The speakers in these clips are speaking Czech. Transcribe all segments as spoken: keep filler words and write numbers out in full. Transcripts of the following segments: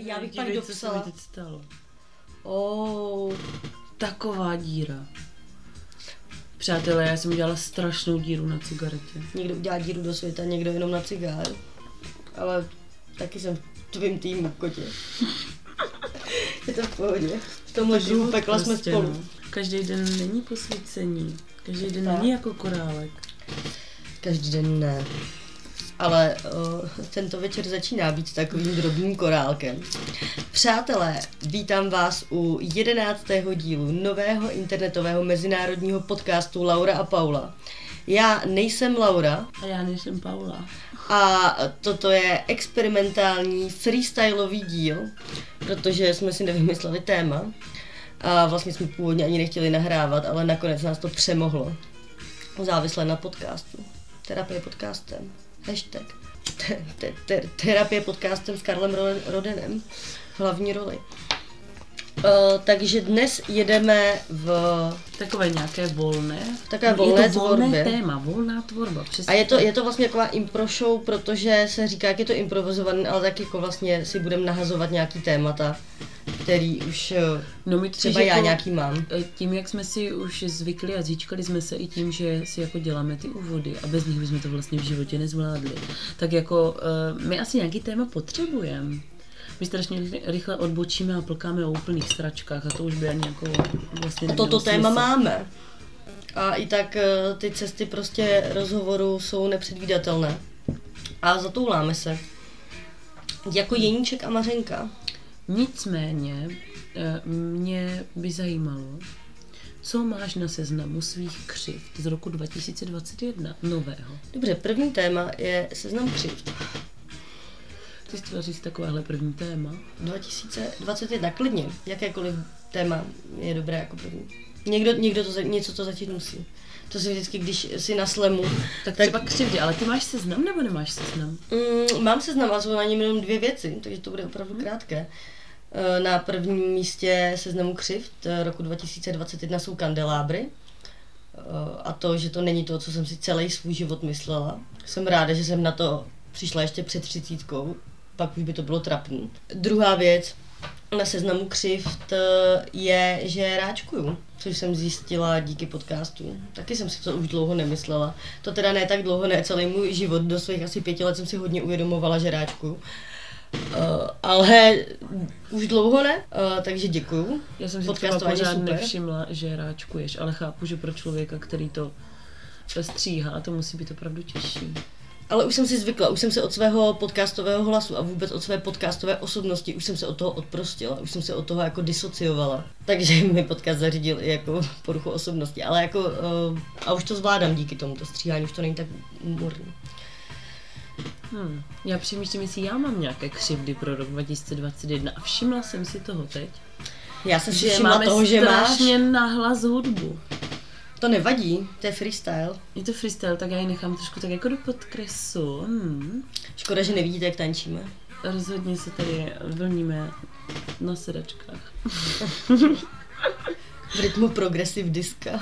Já bych Dívej, pak co dopsala. se mi teď stalo. Oh. Taková díra. Přátelé, já jsem udělala strašnou díru na cigaretě. Někdo udělá díru do světa, někdo jenom na cigár. Ale taky jsem v tvým týmu, kotě. Je to v pohodě. V tomhle kruhu pekla jsme Prostě, spolu. no. Každý den není posvícení. Každý den Tak. není jako korálek. Každý den ne. Ale uh, tento večer začíná být takovým drobným korálkem. Přátelé, vítám vás u jedenáctého dílu nového internetového mezinárodního podcastu Laura a Paula. Já nejsem Laura. A já nejsem Paula. A toto je experimentální freestylový díl, protože jsme si nevymysleli téma. A vlastně jsme původně ani nechtěli nahrávat, ale nakonec nás to přemohlo. Závisle na podcastu. Terapie podcastem. Hashtag. Te- te- te- terapie podcastem s Karlem Ro- Rodenem. V hlavní roli. Uh, takže dnes jedeme v Takové nějaké volné. takové volné je to volné tvorbě. téma, volná tvorba. Přesně A je to, tak. je to vlastně taková impro show, protože se říká, jak je to improvizované, ale tak jako vlastně si budeme nahazovat nějaký témata, který už No my třeba totiž já jako, nějaký mám. tím, jak jsme si už zvykli a zíčkali jsme se i tím, že si jako děláme ty úvody a bez nich bychom to vlastně v životě nezvládli, tak jako uh, my asi nějaký téma potřebujeme. My strašně rychle odbočíme a plkáme o úplných sračkách a to už by ani jako vlastně A toto téma máme. A i tak uh, ty cesty prostě rozhovoru jsou nepředvídatelné. A zatouláme se. Jako Jeníček a Mařenka. Nicméně mě by zajímalo, co máš na seznamu svých křivd z roku dva tisíce dvacet jedna nového. Dobře, první téma je seznam křivd. Ty jsi chtěla říct takovéhle první téma? dva tisíce dvacet jedna, klidně. Jakékoliv téma je dobré jako první. Někdo, někdo to, za- něco to začít musí. To si vždycky, když si na slemu. Tak třeba křivdy, ale ty máš seznam nebo nemáš seznam? Mm, mám seznam, ale jsou na něm jenom dvě věci, takže to bude opravdu krátké. E, Na prvním místě seznamu křivd e, roku dva tisíce dvacet jedna jsou kandelábry. E, A to, že to není to, co jsem si celý svůj život myslela. Jsem ráda, že jsem na to přišla ještě před třicítkou, pak už by to bylo trapný. Druhá věc na seznamu křivd je, že ráčkuju, což jsem zjistila díky podcastu. Taky jsem si to už dlouho nemyslela. To teda ne tak dlouho, ne celý můj život, do svých asi pěti let jsem si hodně uvědomovala, že ráčkuju. Uh, ale už dlouho ne, uh, takže děkuju. Já jsem si třeba Podcastování pořád super. nevšimla, že ráčkuješ, ale chápu, že pro člověka, který to stříhá, to musí být opravdu těžší. Ale už jsem si zvykla, už jsem se od svého podcastového hlasu a vůbec od své podcastové osobnosti, už jsem se od toho odprostila, už jsem se od toho jako disociovala. Takže mi podcast zařídil i jako poruchu osobnosti, ale jako, uh, a už to zvládám díky tomu, to stříhání už to není tak úmorný. Hmm. Já přemýšlím, jestli já mám nějaké křivdy pro rok dva tisíce dvacet jedna a všimla jsem si toho teď. Já jsem si Že všimla máme toho, že máš, strašně nahlas hudbu. to nevadí, to je freestyle. Je to freestyle, tak já ji nechám trošku tak jako do podkresu. Hmm. Škoda, že nevidíte, jak tančíme. Rozhodně se tady vlníme na sedačkách. V rytmu progressive diska.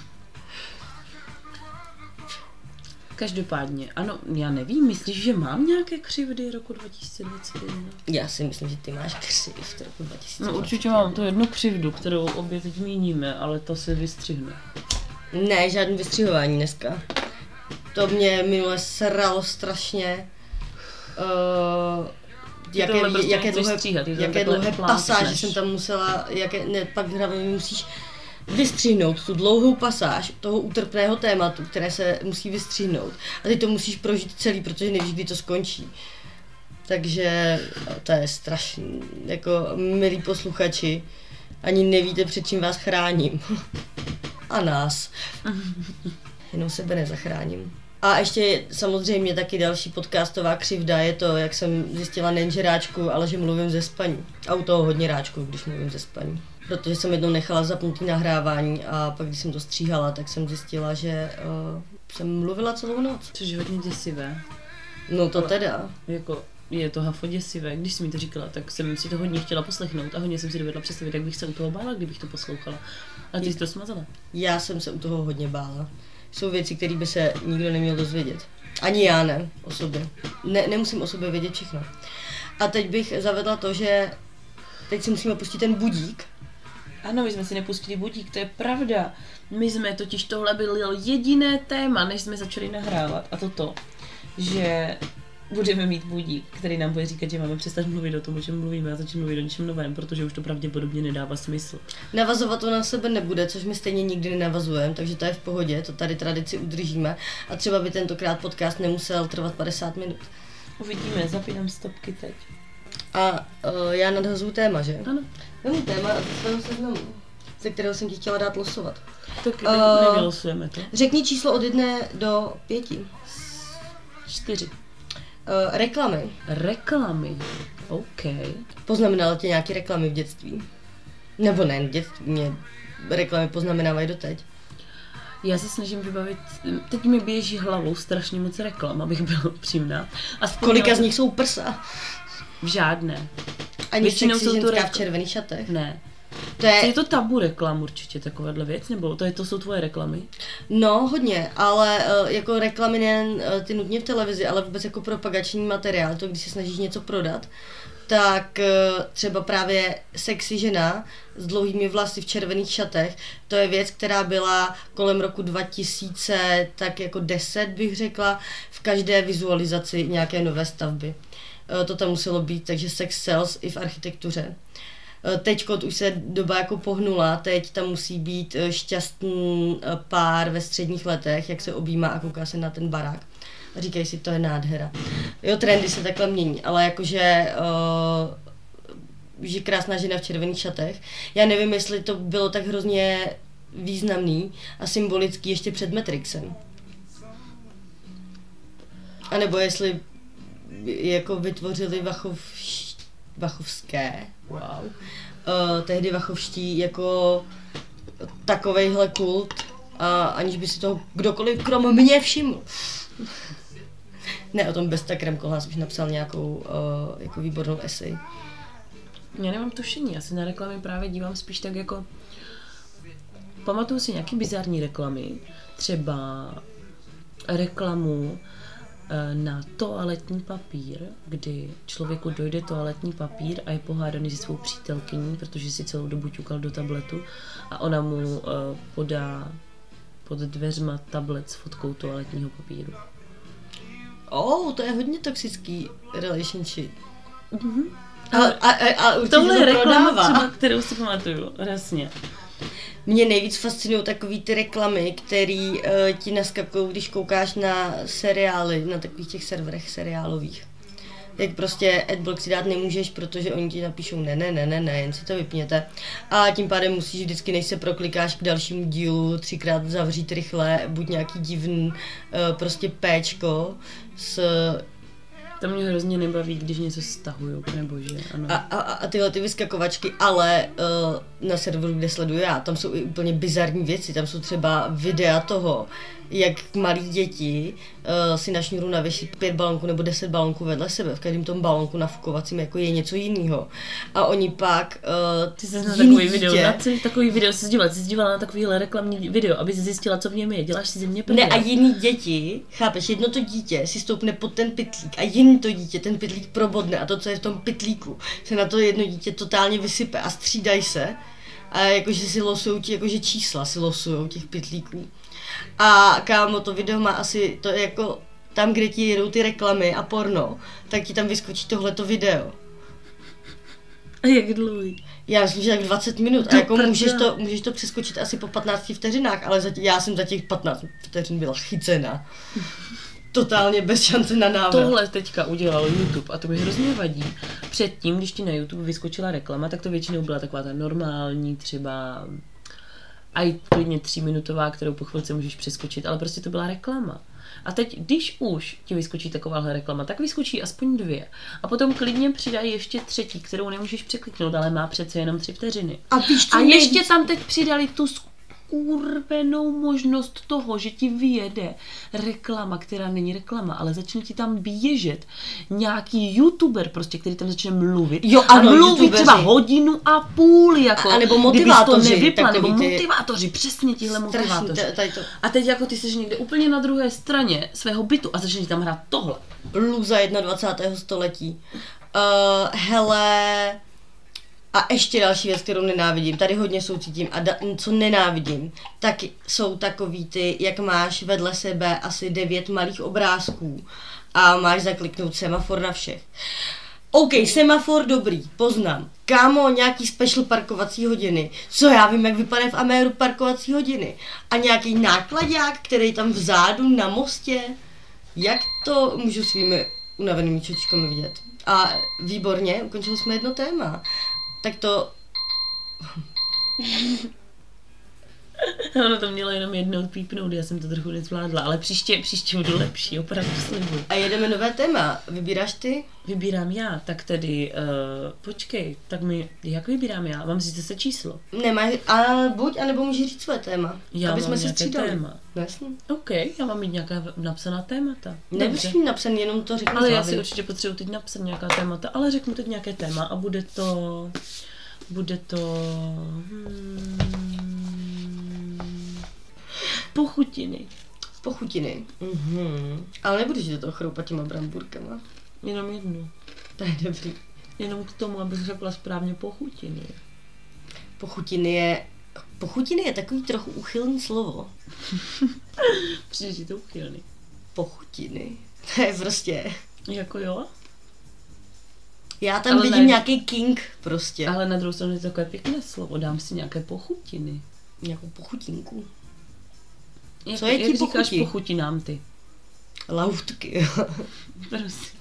Každopádně, ano, já nevím, myslíš, že mám nějaké křivdy roku dva tisíce dvacet jedna? Já si myslím, že ty máš křiv roku dva tisíce dvacet jedna. No určitě mám to jednu křivdu, kterou obě teď míníme, ale to se vystřihne. Ne, žádný vystřihování dneska. To mě minule sralo strašně. Uh, jaké, tohle prostě jaké nechceš dlouhé, stříhat, ty to jaké takhle dlouhé plácneš. pasáže jsem tam musela, jaké, ne, pak hlavně musíš vystřihnout tu dlouhou pasáž toho útrpného tématu, které se musí vystřihnout. A ty to musíš prožít celý, protože nevíš, kdy to skončí. Takže to je strašný. Jako, milí posluchači, ani nevíte, před čím vás chráním. A nás. Jenom sebe nezachráním. A ještě samozřejmě taky další podcastová křivda je to, jak jsem zjistila nejen, že ráčku, ale že mluvím ze spaní. A u toho hodně ráčku, když mluvím ze spaní. Protože jsem jednou nechala zapnutý nahrávání a pak, když jsem to stříhala, tak jsem zjistila, že uh, jsem mluvila celou noc. Což je hodně děsivé. No to teda. Jako, je to hafo děsivé. Když jsi mi to říkala, tak jsem si to hodně chtěla poslechnout a hodně jsem si dovedla představit, jak bych se u toho bála, kdybych to poslouchala. A ty jsi to smazala. Já jsem se u toho hodně bála. Jsou věci, které by se nikdo neměl dozvědět. Ani já ne, o sobě. Ne, nemusím o sobě vědět všechno. A teď bych zavedla to, že teď si musíme pustit ten budík. Ano, my jsme si nepustili budík, to je pravda. My jsme totiž tohle bylo jediné téma, než jsme začali nahrávat. A to to, že budeme mít budík, který nám bude říkat, že máme přestat mluvit o tom, o čem mluvíme a začít mluvit o něčem novém, protože už to pravděpodobně nedává smysl. Navazovat to na sebe nebude, což my stejně nikdy nenavazujeme, takže to je v pohodě, to tady tradici udržíme a třeba by tentokrát podcast nemusel trvat padesát minut. Uvidíme, zapínám stopky teď. A uh, já nadhazuju téma, že? Ano. Vemu téma ze svého seznamu, ze kterého jsem ti chtěla dát losovat. Tak uh, nevylosujeme to. Řekni číslo od jedné do pěti. Čtyři. Uh, reklamy. Reklamy. OK. Poznamenala tě nějaké reklamy v dětství? Nebo ne, v dětství, mě reklamy poznamenávají doteď. Já se snažím vybavit, teď mi běží hlavou strašně moc reklam, abych byla upřímná. Aspoň kolika měla... z nich jsou prsa? Žádné. Ani sexy ženská rekl... v červených šatech? Ne. To je... je to tabu reklam určitě, takováhle věc, nebo to, je, to jsou tvoje reklamy? No, hodně, ale uh, jako reklamy nejen uh, ty nutně v televizi, ale vůbec jako propagační materiál, to když se snažíš něco prodat, tak uh, třeba právě sexy žena s dlouhými vlasy v červených šatech, to je věc, která byla kolem roku dva tisíce, tak jako deset bych řekla, v každé vizualizaci nějaké nové stavby. Uh, to tam muselo být, takže sex sells i v architektuře. Teď už se doba jako pohnula, teď tam musí být šťastný pár ve středních letech, jak se objímá a kouká se na ten barák. A říkají si, to je nádhera. Jo, trendy se takhle mění, ale jakože uh, že krásná žena v červených šatech. Já nevím, jestli to bylo tak hrozně významný a symbolický ještě před Matrixem. A nebo jestli jako vytvořili Vachov, Vachovské, wow, uh, tehdy Vachovští jako takovejhle kult, a aniž by si toho kdokoliv krom mě všiml. Ne, o tom Besta Kremkohlás už napsal nějakou uh, jako výbornou esej. Já nemám tušení, já se na reklamy právě dívám spíš tak jako... Pamatuju si nějaký bizarní reklamy, třeba reklamu na toaletní papír, kdy člověku dojde toaletní papír a je pohádaný se svou přítelkyní, protože si celou dobu ťukal do tabletu a ona mu uh, podá pod dveřma tablet s fotkou toaletního papíru. Oh, to je hodně toxický relationship. Mm-hmm. A, a, a, a určitě tohle je reklama, třeba, kterou si pamatuju, jasně. Mě nejvíc fascinují takový ty reklamy, který uh, ti naskakují, když koukáš na seriály, na takových těch serverech seriálových. Jak prostě adblock si dát nemůžeš, protože oni ti napíšou ne, ne, ne, ne, ne, jen si to vypněte. A tím pádem musíš vždycky, než se proklikáš k dalšímu dílu, třikrát zavřít rychle, buď nějaký divný uh, prostě péčko s... To mě hrozně nebaví, když něco stahujou, nebo že ano. A, a, a tyhle ty vyskakovačky, ale uh, na serveru, kde sleduju já, tam jsou i úplně bizarní věci, tam jsou třeba videa toho, jak malí děti uh, si na šňůru navěší pět balonků nebo deset balonků vedle sebe, v každém tom balonku nafukovacím jako je něco jiného. A oni pak uh, Ty jsi na takový dítě, video, na celý takový video jsi dívala, ty jsi dívala na takovýhle reklamní video, aby jsi zjistila, co v něm je, děláš si ze mě prdel. Ne, a jiný děti, chápeš, jedno to dítě si stoupne pod ten pytlík a jiný to dítě ten pytlík probodne a to, co je v tom pytlíku, se na to jedno dítě totálně vysype a střídají se a jakože si losujou ti, jakože čísla si losujou těch pytlíků. A kámo, to video má asi, to je jako tam, kde ti jedou ty reklamy a porno, tak ti tam vyskočí tohleto video. A jak dlouhý? Já myslím, že tak dvacet minut To a jako prda. můžeš to, můžeš to přeskočit asi po patnácti vteřinách, ale za tě, já jsem za těch patnáct vteřin byla chycena. Totálně bez šance na návrat. Tohle teďka udělal YouTube a to mi hrozně vadí. Předtím, když ti na YouTube vyskočila reklama, tak to většinou byla taková ta normální, třeba a i klidně tříminutová, kterou po chvilce můžeš přeskočit, ale prostě to byla reklama. A teď, když už ti vyskočí takováhle reklama, tak vyskočí aspoň dvě. A potom klidně přidají ještě třetí, kterou nemůžeš překliknout, ale má přece jenom tři vteřiny. A, víš, a ještě tam teď přidali tu skurvenou možnost toho, že ti vyjede reklama, která není reklama, ale začne ti tam běžet nějaký youtuber prostě, který tam začne mluvit. Jo, ano, a mluví YouTubeři. třeba hodinu a půl, jako a, nebo motivátoři, to nevypla, nebo ty... motivátoři, přesně tihle motivátoři. To... A teď jako ty jsi někde úplně na druhé straně svého bytu a začne ti tam hrát tohle. Lůza dvacátého prvního století. Uh, hele, a ještě další věc, kterou nenávidím, tady hodně soucítím a da, co nenávidím, tak jsou takový ty, jak máš vedle sebe asi devět malých obrázků a máš zakliknout semafor na všech. OK, semafor dobrý, poznám. Kámo, nějaký special parkovací hodiny. Co já vím, jak vypadá v Améru parkovací hodiny. A nějaký nákladák, který tam vzadu na mostě. Jak to můžu svými unavenými čočkami vidět? A výborně, ukončili jsme jedno téma. Tak to... Ono to mělo jenom jednou pípnout, já jsem to trochu nezvládla, ale příště, příště budu lepší, opravdu slibuji. A jedeme nové téma, vybíráš ty? Vybírám já, tak tedy, uh, počkej, tak mi, jak vybírám já? Mám říct zase číslo? Nemáš, a buď, anebo můžeš říct své téma, já aby mám jsme se nějaké střídali. téma. Jasně. OK, já mám mít nějaká napsaná témata. Nemusíš mít napsaný, jenom to řeknu. Ale já si určitě potřebuji teď napsat nějaká témata, ale řeknu teď nějaké téma a bude to, bude to, hmm, pochutiny. Pochutiny. Mhm. Ale nebudeš do toho chroupat těma bramburkama. Jenom jednu. To je dobrý. Jenom k tomu, abych řekla správně pochutiny. Pochutiny je... Pochutiny je takový trochu uchylný slovo. Přijde ti to uchylný. Pochutiny. To je prostě... Jako jo? Já tam ale vidím ne... nějaký king prostě. Ale na druhou stranu je to takové pěkné slovo. Dám si nějaké pochutiny. Nějakou pochutinku. Jak, Co je ti jak říkáš pochutí? pochutinám ty? Lahůdky. Prosím.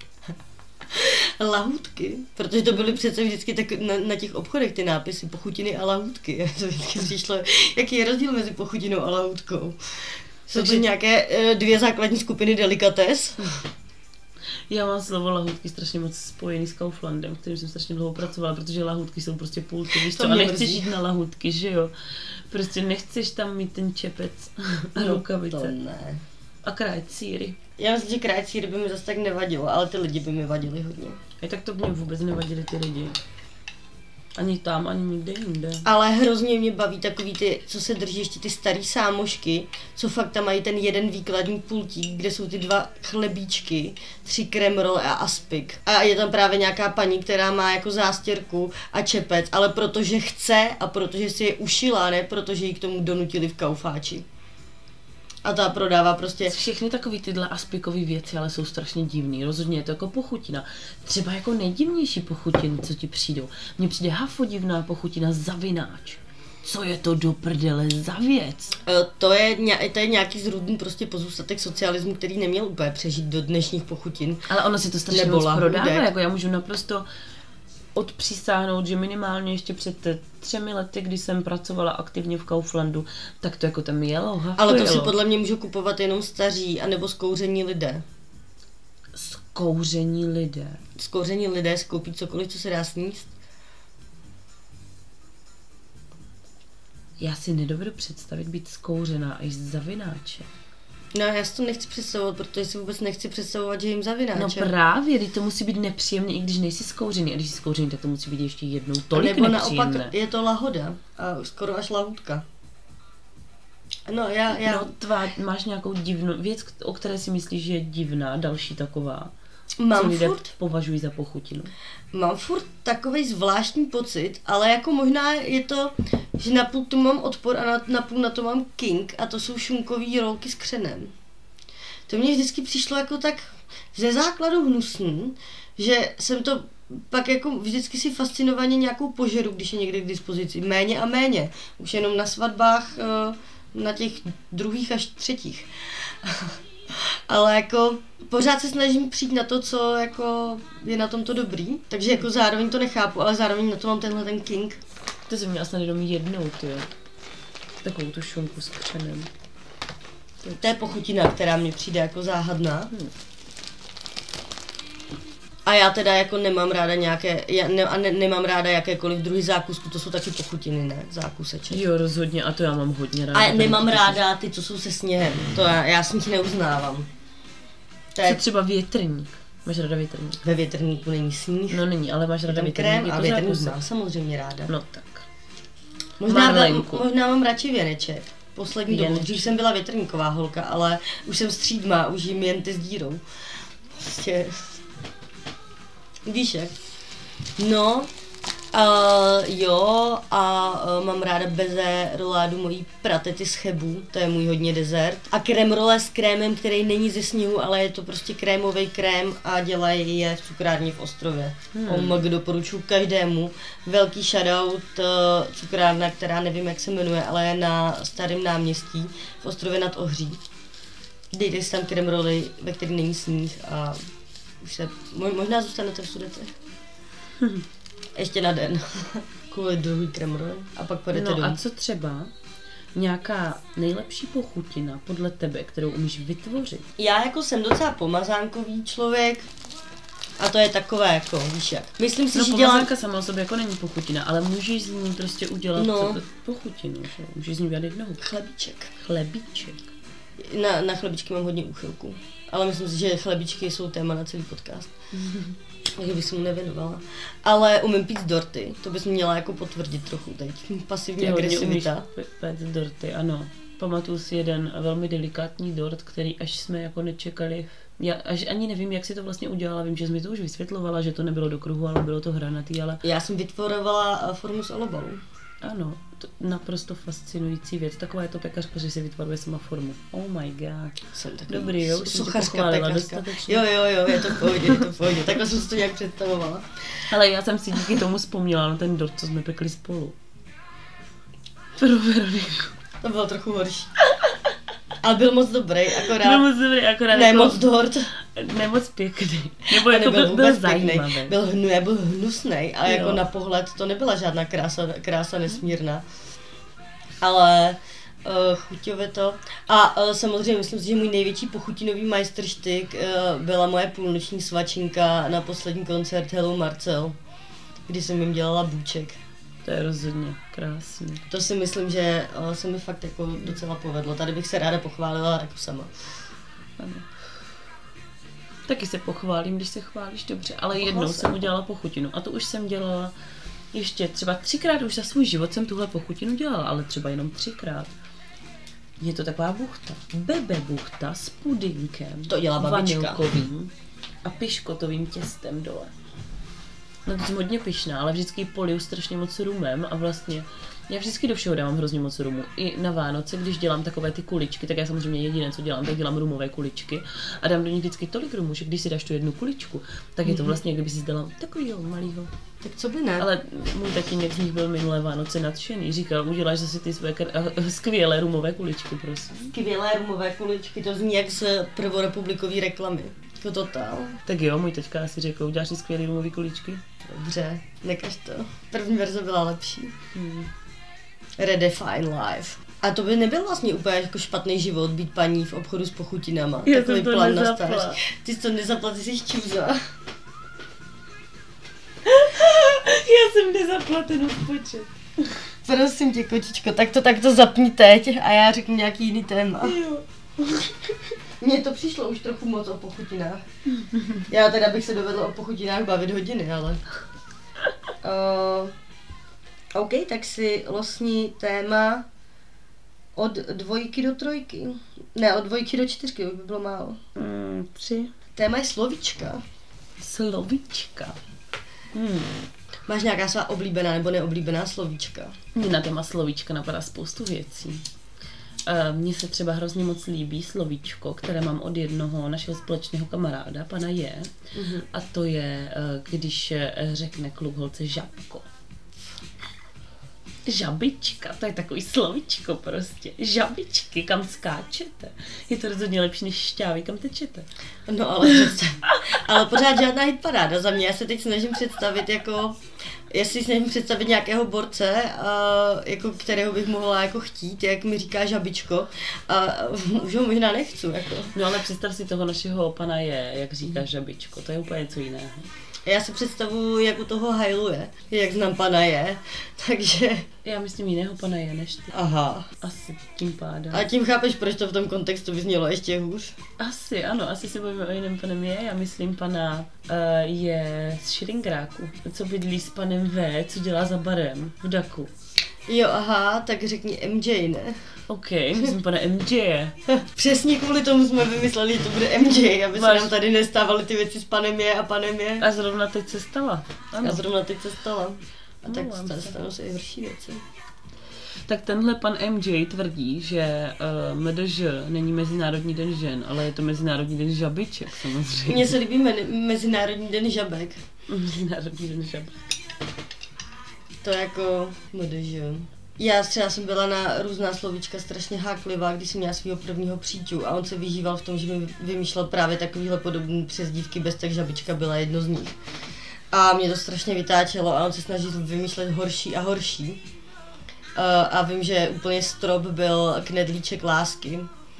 Lahůdky, protože to byly přece vždycky tak na, na těch obchodech ty nápisy pochutiny a lahůdky. To vždycky přišlo, jaký je rozdíl mezi pochutinou a lahůdkou. Jsou to nějaké e, dvě základní skupiny delikates. Já mám slovo lahůdky strašně moc spojený s Kauflandem, kterým jsem strašně dlouho pracovala, protože lahůdky jsou prostě půlky, víš co, a nechceš jít na lahůdky, že jo? Prostě nechceš tam mít ten čepec a no, rukavice. To ne. A krájet sýry. Já myslím, že krájet sýry by mi zase tak nevadilo, ale ty lidi by mi vadili hodně. A tak to mě vůbec nevadily ty lidi. Ani tam, ani nikde jinde. Ale hrozně mě baví takový ty, co se drží ještě ty starý sámošky, co fakt tam mají ten jeden výkladní pultík, kde jsou ty dva chlebíčky, tři kremrol a aspik. A je tam právě nějaká paní, která má jako zástěrku a čepec, ale protože chce a protože si je ušila, ne protože ji k tomu donutili v Kaufáči. A ta prodává prostě... Všechny takový tyhle aspikové věci, ale jsou strašně divný. Rozhodně je to jako pochutina. Třeba jako nejdivnější pochutiny, co ti přijdou. Mně přijde hafodivná pochutina zavináč. Co je to do prdele za věc? To je, to je nějaký zrůdný prostě pozůstatek socialismu, který neměl úplně přežít do dnešních pochutin. Ale ono si to strašně Nebo moc lahůdek. prodává. Jako já můžu naprosto odpřísáhnout, že minimálně ještě před třemi lety, kdy jsem pracovala aktivně v Kauflandu, tak to jako tam jelo, hafo Ale to jelo. si podle mě můžou kupovat jenom staří, anebo zkouření lidé. Zkouření lidé? Zkouření lidé skoupí cokoliv, co se dá sníst. Já si nedovedu představit být zkouřená až z zavináče. No já si to nechci představovat, protože si vůbec nechci představovat, že jim zavináče. No právě, teď to musí být nepříjemné, i když nejsi zkouřený. A když jsi zkouřený, tak to musí být ještě jednou tolik nebo nepříjemné. naopak je to lahoda a skoro až lahůdka. No já, já... No tvá, máš nějakou divnou věc, o které si myslíš, že je divná, další taková, mám co lidé furt, považují za pochutinu. Mám furt takovej zvláštní pocit, ale jako možná je to, že napůl tu mám odpor a na, napůl na to mám king a to jsou šunkový rolky s křenem. To mě vždycky přišlo jako tak ze základu hnusný, že jsem to pak jako vždycky si fascinovaně nějakou požeru, když je někde k dispozici. Méně a méně. Už jenom na svatbách, na těch druhých až třetích. Ale jako pořád se snažím přijít na to, co jako je na tomto dobrý, takže jako zároveň to nechápu, ale zároveň na to mám tenhle ten king. To jsem měla snad jenom jednou, tyjo. Takovou tu šunku s křenem. To je pochutina, která mě přijde jako záhadná. Hmm. A já teda jako nemám ráda nějaké, já ne, a ne, nemám ráda jakékoliv druhy zákusku, to jsou taky pochutiny, ne? Zákuseček. Jo, rozhodně, a to já mám hodně ráda. A nemám ráda ty, co jsou se sněhem, to já, já s nich neuznávám. To je třeba větrník. Máš ráda větrník? Ve větrníku není sníh. No není, ale máš ráda větrník. větrník. Krém a větrník mám samozřejmě ráda. No tak. Možná, možná mám radši věneček. Poslední dobu, dřív jsem byla větrníková holka, ale už jsem střídma, už jim jen ty s dírou. Prostě... Víš jak? No, uh, jo, a uh, mám ráda beze roládu mojí pratety z Chebu, to je můj hodně dezert. A krém role s krémem, který není ze sněhu, ale je to prostě krémový krém a dělají je v cukrárně v Ostrově. Hmm. Omg doporučuji každému. Velký shoutout uh, cukrárna, která nevím, jak se jmenuje, ale je na Starém náměstí v Ostrově nad Ohří. Dejte si tam krém roli, ve který není sníh a už se, možná zůstanete v Sudetech. Hmm. Ještě na den. Kvůli druhý krém roli. A pak půjdete No domů. a co třeba nějaká nejlepší pochutina podle tebe, kterou umíš vytvořit? Já jako jsem docela pomazánkový člověk a to je takové jako, víš jak. Myslím si, No že dělám... pomazánka sama o sobě jako není pochutina, ale můžeš z ní prostě udělat No. pochutinu, že? Můžeš z ní udělat jednoho. Chlebíček. Chlebíček. Na, na chlebičky mám hodně úchylku. Ale myslím si, že chlebičky jsou téma na celý podcast. Takže bych se mu nevěnovala. Ale umím pít dorty, to bys měla jako potvrdit trochu teď. Pasivní Ty hodně umíš agresivita. péct dorty, ano. Pamatuju si jeden velmi delikátní dort, který až jsme jako nečekali. Já až ani nevím, jak si to vlastně udělala, vím, že jsi mi to už vysvětlovala, že to nebylo do kruhu, ale bylo to hranatý, ale Já jsem vytvorovala formu z alobalu. ano, to naprosto fascinující věc. Taková je to pekařka, že si vytvaruje sama formu. Oh my god. Jsem takový Dobrý, jo, už jsem tě suchařka, pochválila pekařka. dostatečně. Jo, jo, jo, je to v pohodě, je to v pohodě. Takhle jsem si to nějak představovala. Ale já jsem si díky tomu vzpomněla na ten dort, co jsme pekli spolu. Pro Veroniku. To bylo trochu horší. Ale byl moc dobrý, akorát... Byl moc dobrý, akorát ne jako, moc dort. ne moc pěkný. Nebo jako Nebyl byl, byl vůbec zajímavý. pěkný. Byl, hnu, byl hnusnej a jako Jo. na pohled to nebyla žádná krása, krása nesmírná. Ale uh, chuťově to. A uh, samozřejmě myslím si, že můj největší pochutinový majstrštyk uh, byla moje půlnoční svačinka na poslední koncert Hello Marcel, kdy jsem jim dělala bůček. To je rozhodně krásný. To si myslím, že uh, se mi fakt jako docela povedlo. Tady bych se ráda pochválila jako sama. Ano. Taky se pochválím, když se chválíš dobře, ale Pochvál jednou se. jsem udělala pochutinu a to už jsem dělala ještě třeba třikrát už za svůj život jsem tuhle pochutinu dělala, ale třeba jenom třikrát. Je to taková buchta, bebe buchta s pudinkem, To dělá babička. vanilkovým a piškotovým těstem dole. No to jsem hodně pyšná, ale vždycky ji poliju strašně moc rumem a vlastně já vždycky do všeho dávám hrozně moc rumu. I na Vánoce, když dělám takové ty kuličky, tak já samozřejmě jediné, co dělám, tak dělám rumové kuličky a dám do nich vždycky tolik rumu, že když si dáš tu jednu kuličku, tak je to vlastně, jak kdyby si dala takovýho malýho. Tak co by ne? Ale můj tatínek z nich byl minulé Vánoce nadšený, říkal, uděláš zase ty své kr- skvělé rumové kuličky, prosím. Skvělé rumové kuličky, to zní jak z prvorepublikové reklamy. Jako totál. Tak jo, můj teďka asi řekl, uděláš ty skvělé rumové kuličky? Dobře, nekaž to. První verze byla lepší. Hmm. Redefine life. A to by nebyl vlastně úplně jako špatný život být paní v obchodu s pochutinama. Já Takový jsem to plán na nezapla. stáž. Ty jsi to nezapla, ty jsi čůza. Já jsem nezaplatenou počet. Prosím tě, kočičko, tak to, tak to zapni teď a já řeknu nějaký jiný téma. Jo. Mně to přišlo už trochu moc o pochutinách. Já teda bych se dovedla o pochutinách bavit hodiny, ale... Uh, OK, tak si losní téma od dvojky do trojky. Ne, od dvojky do čtyřky, už by bylo málo. Mm, tři. Téma je slovíčka. Slovíčka. Hmm. Máš nějaká svá oblíbená nebo neoblíbená slovíčka? Mně na téma slovíčka napadá spoustu věcí. E, Mně se třeba hrozně moc líbí slovíčko, které mám od jednoho našeho společného kamaráda, pana Je. Mhm. A to je, e, když e, řekne kluk holce žabko. Žabička, to je takový slovíčko prostě. Žabičky, kam skáčete. Je to rozhodně lepší než šťávy, kam tečete. No ale přece. Ale pořád žádná hitparáda za mě. Já se teď snažím představit jako, já si snažím představit nějakého borce, a, jako, kterého bych mohla jako chtít, jak mi říká žabičko. A už ho možná nechci. Jako. No ale představ si toho našeho pana Je, jak říká žabičko, to je úplně něco jiného. Já si představuji, jak u toho hajluje, jak znám pana Je, takže... Já myslím jiného pana Je než ty. Aha. Asi tím pádem. A tím chápeš, proč to v tom kontextu vyznělo ještě hůř? Asi, ano, asi se bavíme o jiném panem Je, já myslím pana uh, Je z Šringráku, co bydlí s panem V, co dělá za barem v Daku. Jo, aha, tak řekni M J, ne? OK, myslím pane M J. Přesně kvůli tomu jsme vymysleli, že to bude M J, aby Máš... se nám tady nestávaly ty věci s panem je a panem je. A zrovna teď se stala. Ano. A zrovna teď se stala. A no, tak st- stanou se i horší věci. Tak tenhle pan M J tvrdí, že uh, M D Ž není Mezinárodní den žen, ale je to Mezinárodní den žabiček samozřejmě. Mně se líbí me- Mezinárodní den žabek. Mezinárodní den žabek. To jako M D Ž. Já třeba jsem byla na různá slovíčka strašně háklivá, když jsem měla svého prvního příťu a on se vyžíval v tom, že mi vymýšlel právě takovýhle podobné přezdívky, bez tak žabička byla jedno z nich. A mě to strašně vytáčelo a on se snažil vymýšlet horší a horší. A vím, že úplně strop byl knedlíček lásky.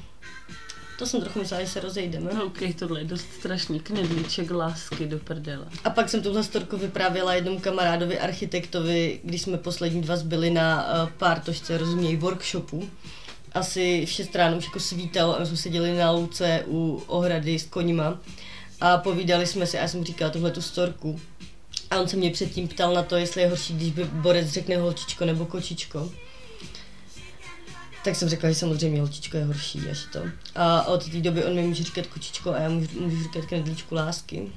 To jsem trochu myslela, že se rozejdeme. No, ok, tohle je dost strašný. Knedlíček lásky do prdele. A pak jsem tuhle storku vyprávěla jednomu kamarádovi, architektovi, když jsme poslední dva zbyli na uh, pártošce, rozuměj, workshopu. Asi v šest ráno už jako svítalo a my jsme seděli na louce u ohrady s koňma a povídali jsme si a já jsem říkala tuhle tu storku. A on se mě předtím ptal na to, jestli je horší, když by borec řekne holčičko nebo kočičko. Tak jsem řekla, že samozřejmě holčičko je horší až to. A od té doby on mi může říkat kočičko a já můžu, můžu říkat knedlíčku lásky.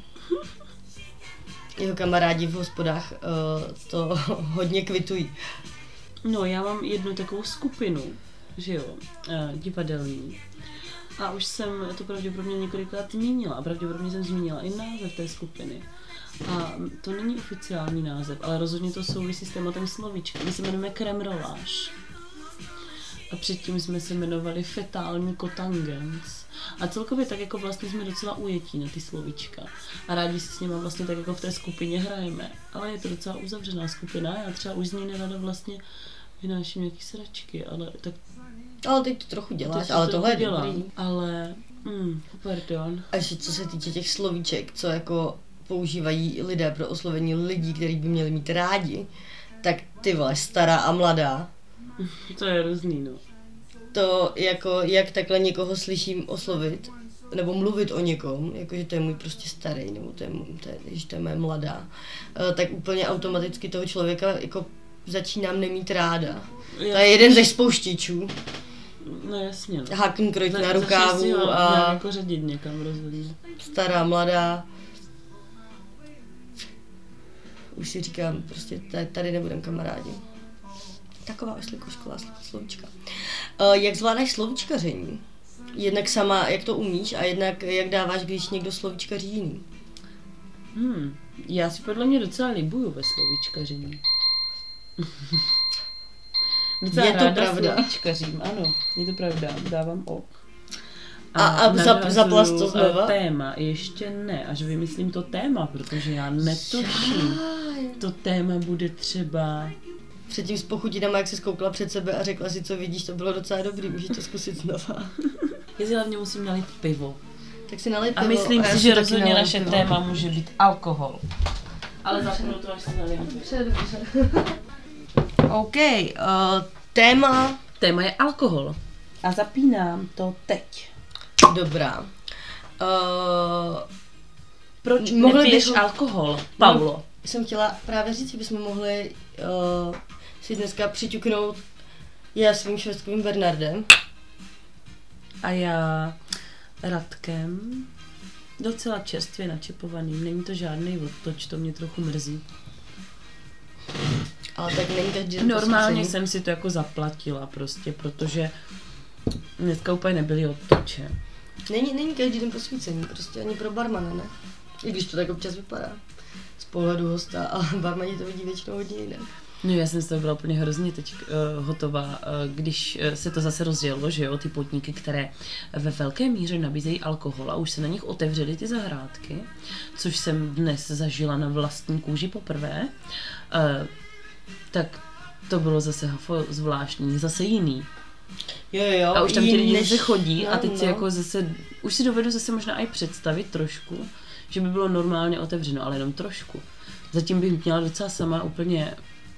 Jeho kamarádi v hospodách uh, to hodně kvitují. No, já mám jednu takovou skupinu, že jo, uh, divadelní. A už jsem to pravděpodobně několikrát zmínila. A pravděpodobně jsem zmínila i název té skupiny. A to není oficiální název, ale rozhodně to souvisí s tématem slovíčka. My se jmenujeme kremroláž. A předtím jsme se jmenovali fetální kotangens. A celkově tak jako vlastně jsme docela ujetí na ty slovíčka. A rádi si s nimi vlastně tak jako v té skupině hrajeme. Ale je to docela uzavřená skupina. Já třeba už z ní nerada vlastně vynáším nějaký sračky, ale tak... Ale teď to trochu děláš, to ale to tohle je dělám, dobrý. Ale, mm, pardon. A ještě co se týče těch slovíček, co jako používají lidé pro oslovení lidí, kteří by měli mít rádi, tak ty vole, stará a mladá. To je různý, no. To jako, jak takhle někoho slyším oslovit, nebo mluvit o někom, jakože to je můj prostě starý, nebo to je, můj, to je, že to je moje mladá, tak úplně automaticky toho člověka jako začínám nemít ráda. To je jeden ze spouštěčů. No jasně, no. Hakenkreuz na rukávu a jako řadit někam rozhodně. Stará, mladá. Už si říkám, prostě tady nebudem kamarádi. Taková oslikošková slovíčka. Uh, jak zvládáš slovíčkaření? Jednak sama, jak to umíš, a jednak jak dáváš, když někdo slovíčkaří jiný? Hmm, já si podle mě docela libuju ve slovíčkaření. Docela je to ráda pravda. slovíčkařím, ano, je to pravda, dávám ok. A, a zap, zaplas to znova? Téma, ještě ne, až vymyslím to téma, protože já netuším. To téma bude třeba... Předtím s pochutinama, jak jsi zkoukla před sebe a řekla si, co vidíš, to bylo docela dobrý, můžeš to zkusit znova. Já si hlavně musím nalít pivo. Tak si nalej pivo. A myslím a si, že rozhodně naše pivo. Téma může být alkohol. Ale zapnu to, až se nalím. Dobře, dobře. OK, uh, téma... Téma je alkohol. A zapínám to teď. Dobrá. Uh, Proč nepiješ bychom... alkohol, Paulo? No, jsem chtěla právě říct, že bychom mohli uh, si dneska přiťuknout já svým švestkovým Bernardem. A já Radkem. Docela čerstvě načepovaným. Není to žádný odtoč, to mě trochu mrzí. Ale tak není každý. Normálně jsem si to jako zaplatila prostě, protože dneska úplně nebyly odtoče. Není, není každý den posvícení, prostě ani pro barmana, ne? I když to tak občas vypadá. Z pohledu hosta, ale barmani to vidí většinou hodně jinak. No já jsem z toho byla úplně hrozně teď uh, hotová, uh, když uh, se to zase rozdělo, že jo, ty podniky, které ve velké míře nabízejí alkohol a už se na nich otevřely ty zahrádky, což jsem dnes zažila na vlastní kůži poprvé, uh, tak to bylo zase hafo zvláštní, zase jiný. Jo, jo, a už tam ti lidi než... zase chodí no, a teď no. si jako zase, už si dovedu zase možná i představit trošku, že by bylo normálně otevřeno, ale jenom trošku. Zatím bych měla docela sama úplně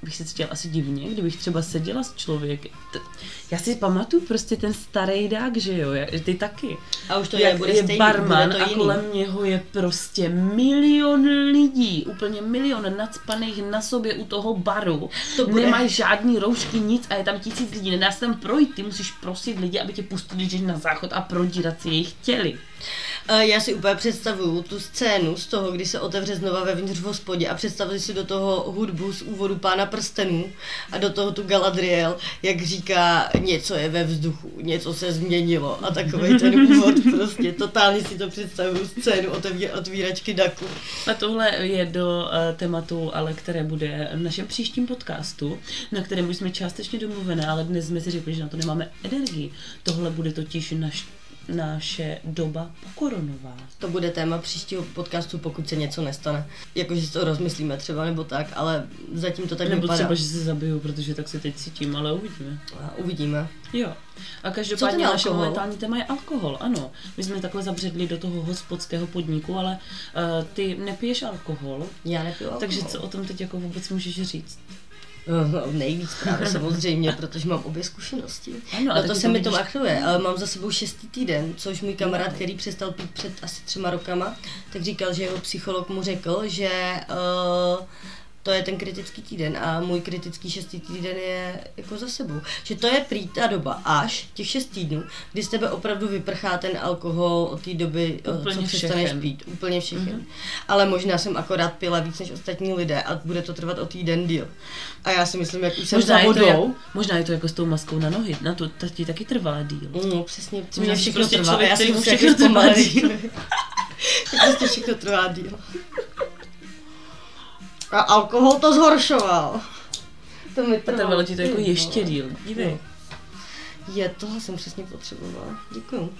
bych se cítila asi divně, kdybych třeba seděla s člověkem. Já si pamatuju prostě ten starý dák, že jo, ty taky. A už to jak nebude je stejný, barman bude to a jiný. kolem něho je prostě milion lidí, úplně milion nacpaných na sobě u toho baru. To bude... Nemají žádný roušky, nic a je tam tisíc lidí, nedá se tam projít, ty musíš prosit lidi, aby tě pustili když na záchod a prodírat si jejich těly. Já si úplně představuju tu scénu z toho, kdy se otevře znova vevnitř v hospodě a představuji si do toho hudbu z úvodu Pána prstenů a do toho tu Galadriel, jak říká, něco je ve vzduchu, něco se změnilo a takový ten úvod prostě, totálně si to představuju scénu oteví, otvíračky daku. A tohle je do uh, tématu, ale které bude v našem příštím podcastu, na kterém už jsme částečně domluvené, ale dnes jsme si řekli, že na to nemáme energii. Tohle bude totiž naš naše doba pokoronová. To bude téma příštího podcastu, pokud se něco nestane. Jakože si to rozmyslíme třeba, nebo tak, ale zatím to tak nebo vypadá. Nebo třeba, že se zabiju, protože tak se teď cítím, ale uvidíme. A uvidíme. Jo. A každopádně naše momentální téma je alkohol, ano. My jsme takhle zabředli do toho hospodského podniku, ale uh, ty nepiješ alkohol. Já nepiju alkohol. Takže co o tom teď jako vůbec můžeš říct? No, nejvíc právě samozřejmě, protože mám obě zkušenosti. Ano, no to se mi to machruje, ale mám za sebou šestý týden, což můj kamarád, který přestal pít před asi třema rokama, tak říkal, že jeho psycholog mu řekl, že uh, to je ten kritický týden a můj kritický šestý týden je jako za sebou. Že to je prý ta doba až těch šest týdnů, kdy z tebe opravdu vyprchá ten alkohol od té doby, úplně co přestaneš všechen. pít. Úplně všechny. Mm-hmm. Ale možná jsem akorát pila víc než ostatní lidé a bude to trvat o týden díl. A já si myslím, jak už jsem za vodou. Jak, možná je to jako s tou maskou na nohy, na to ti taky trvá díl. No přesně, to mě všechno prostě trvá. Člověk, já si musím všechno trvá díl. prostě všechno trvá díl. A alkohol to zhoršoval. To mi trvalo. Trvalo ti to jako ještě díl. Dívej. Je, tohle jsem přesně potřebovala. Děkuju.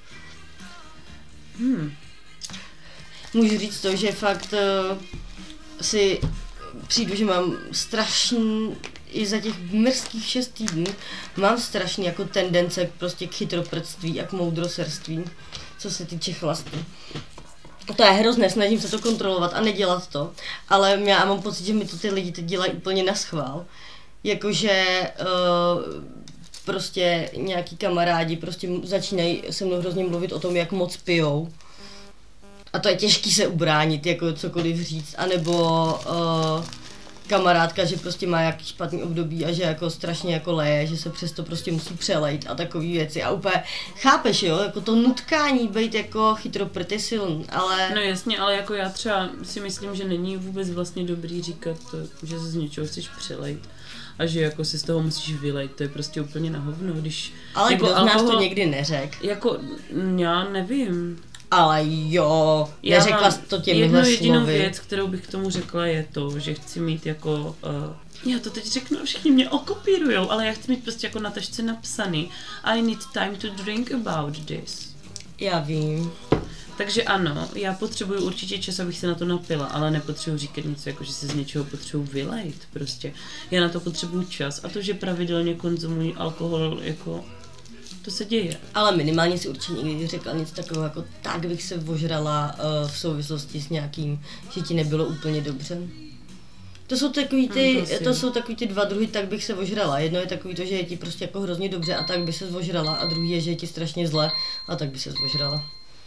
Hmm. Můžu říct to, že fakt uh, si přijdu, že mám strašný, i za těch mrzkých šest týdnů, mám strašný jako tendence prostě k chytroprctví a k moudroserství, co se týče chlastu. To je hrozné, snažím se to kontrolovat a nedělat to, ale já mám pocit, že mi to ty lidi teď dělají úplně naschvál. Jakože uh, prostě nějaký kamarádi prostě začínají se mnou hrozně mluvit o tom, jak moc pijou. A to je těžký se ubránit, jako cokoliv říct, anebo uh, kamarádka, že prostě má jaký špatný období a že jako strašně jako leje, že se přesto prostě musí přelejt a takové věci a úplně chápeš, jo, jako to nutkání být jako chytroprt silný, ale... No jasně, ale jako já třeba si myslím, že není vůbec vlastně dobrý říkat, že se z něčeho chceš přelejt a že jako si z toho musíš vylejt, to je prostě úplně na hovno, když... Ale jako kdo z nás to někdy neřekl? Jako, já nevím. Ale jo, neřekla jsi to těmihle slovy. Jednu jedinou věc, kterou bych k tomu řekla, je to, že chci mít jako... Uh, já to teď řeknu, všichni mě okopírujou, ale já chci mít prostě jako na tašce napsaný I need time to drink about this. Já vím. Takže ano, já potřebuju určitě čas, abych se na to napila, ale nepotřebuji říkat něco, jako že se z něčeho potřebuji vylejt prostě. Já na to potřebuju čas a to, že pravidelně konzumuji alkohol, jako... To se děje. Ale minimálně si určitě někdy řekla něco takového, jako tak bych se ožrala uh, v souvislosti s nějakým, že ti nebylo úplně dobře. To jsou takový ty, hmm, to, to jsou takový ty dva druhy, tak bych se ožrala. Jedno je takový to, že je ti prostě jako hrozně dobře a tak by se ožrala, a druhý je, že je ti strašně zle a tak by se ožrala.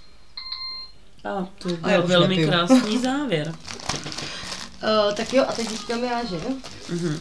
A to byl velmi nepiju. Krásný závěr. uh, tak jo, a teď říkám já, že? Mhm.